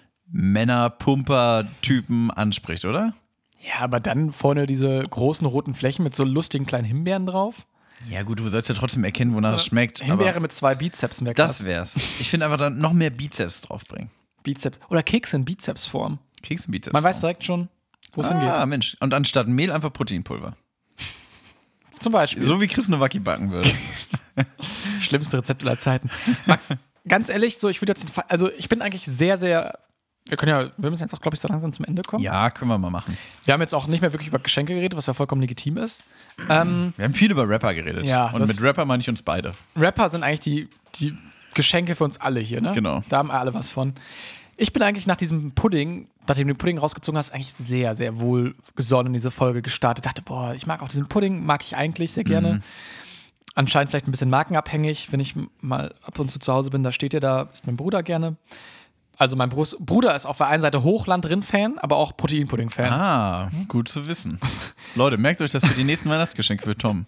[SPEAKER 1] Männer-Pumper-Typen anspricht, oder?
[SPEAKER 3] Ja, aber dann vorne diese großen roten Flächen mit so lustigen kleinen Himbeeren drauf.
[SPEAKER 1] Ja gut, du sollst ja trotzdem erkennen, wonach es schmeckt.
[SPEAKER 3] Himbeere mit 2 Bizeps wäre krass.
[SPEAKER 1] Das wär's. Ich finde einfach dann noch mehr Bizeps draufbringen.
[SPEAKER 3] Bizeps. Oder Kekse in Bizepsform.
[SPEAKER 1] Kekse in Bizepsform.
[SPEAKER 3] Man weiß direkt schon, wo es hingeht.
[SPEAKER 1] Ah, Mensch. Und anstatt Mehl einfach Proteinpulver.
[SPEAKER 3] Zum Beispiel.
[SPEAKER 1] So wie Chris Nowacki backen würde.
[SPEAKER 3] Schlimmste Rezept aller Zeiten. Max, ganz ehrlich, ich würde jetzt, ich bin eigentlich sehr, sehr, wir müssen jetzt auch, glaube ich, so langsam zum Ende kommen.
[SPEAKER 1] Ja, können wir mal machen.
[SPEAKER 3] Wir haben jetzt auch nicht mehr wirklich über Geschenke geredet, was ja vollkommen legitim ist.
[SPEAKER 1] Wir haben viel über Rapper geredet.
[SPEAKER 3] Ja,
[SPEAKER 1] und mit Rapper meine ich uns beide.
[SPEAKER 3] Rapper sind eigentlich die Geschenke für uns alle hier, ne?
[SPEAKER 1] Genau.
[SPEAKER 3] Da haben alle was von. Ich bin eigentlich nach diesem Pudding, nachdem du den Pudding rausgezogen hast, eigentlich sehr, sehr wohlgesonnen in diese Folge gestartet. Dachte, ich mag auch diesen Pudding, mag ich eigentlich sehr gerne. Anscheinend vielleicht ein bisschen markenabhängig, wenn ich mal ab und zu Hause bin, da steht ist mein Bruder gerne. Also mein Bruder ist auf der einen Seite Hochland-Rind-Fan, aber auch Proteinpudding-Fan.
[SPEAKER 1] Ah, gut zu wissen. Leute, merkt euch das für die nächsten Weihnachtsgeschenke für Tom.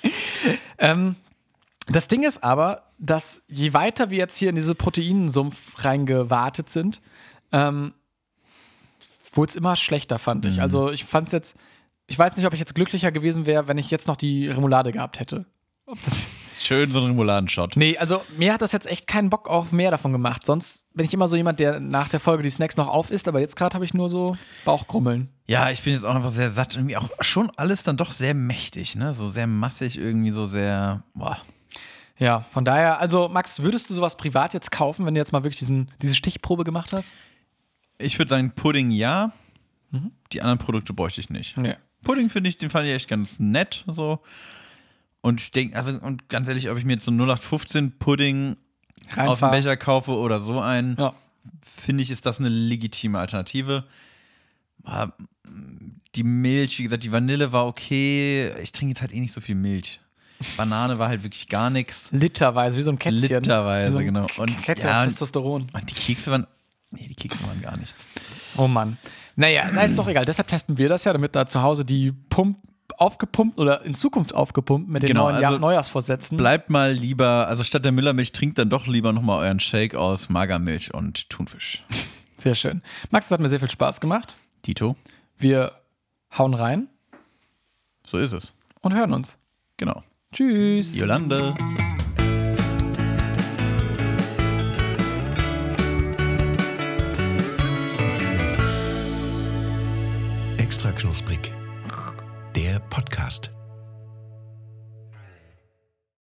[SPEAKER 3] Das Ding ist aber, dass je weiter wir jetzt hier in diese Proteinsumpf reingewartet sind, wurde es immer schlechter, fand ich. Also ich fand's jetzt, ich weiß nicht, ob ich jetzt glücklicher gewesen wäre, wenn ich jetzt noch die Remoulade gehabt hätte.
[SPEAKER 1] Schön so ein Remouladenshot.
[SPEAKER 3] Nee, also mir hat das jetzt echt keinen Bock auf mehr davon gemacht. Sonst bin ich immer so jemand, der nach der Folge die Snacks noch aufisst, aber jetzt gerade habe ich nur so Bauchkrummeln.
[SPEAKER 1] Ja, ich bin jetzt auch einfach sehr satt. Irgendwie auch schon alles dann doch sehr mächtig, ne? So sehr massig, irgendwie so sehr, boah.
[SPEAKER 3] Ja, von daher, also Max, würdest du sowas privat jetzt kaufen, wenn du jetzt mal wirklich diese Stichprobe gemacht hast?
[SPEAKER 1] Ich würde sagen, Pudding ja. Die anderen Produkte bräuchte ich nicht.
[SPEAKER 3] Nee.
[SPEAKER 1] Pudding den fand ich echt ganz nett, so. Und ich denke, also, und ganz ehrlich, ob ich mir jetzt so 0815 Pudding auf den Becher kaufe oder so einen, finde ich, ist das eine legitime Alternative. Die Milch, wie gesagt, die Vanille war okay. Ich trinke jetzt halt eh nicht so viel Milch. Banane war halt wirklich gar nichts.
[SPEAKER 3] Literweise, wie so ein Kätzchen.
[SPEAKER 1] Literweise,
[SPEAKER 3] so ein
[SPEAKER 1] genau.
[SPEAKER 3] Und Kätzchen auf Testosteron.
[SPEAKER 1] Und die Kekse waren gar nichts.
[SPEAKER 3] Oh Mann. Naja, ist doch egal. Deshalb testen wir das ja, damit da zu Hause die aufgepumpt oder in Zukunft aufgepumpt mit den neuen Neujahrsvorsätzen.
[SPEAKER 1] Bleibt mal lieber, also statt der Müllermilch trinkt dann doch lieber nochmal euren Shake aus Magermilch und Thunfisch.
[SPEAKER 3] Sehr schön. Max, das hat mir sehr viel Spaß gemacht.
[SPEAKER 1] Tito.
[SPEAKER 3] Wir hauen rein.
[SPEAKER 1] So ist es.
[SPEAKER 3] Und hören uns.
[SPEAKER 1] Genau.
[SPEAKER 3] Tschüss.
[SPEAKER 1] Jolande.
[SPEAKER 2] Extra knusprig.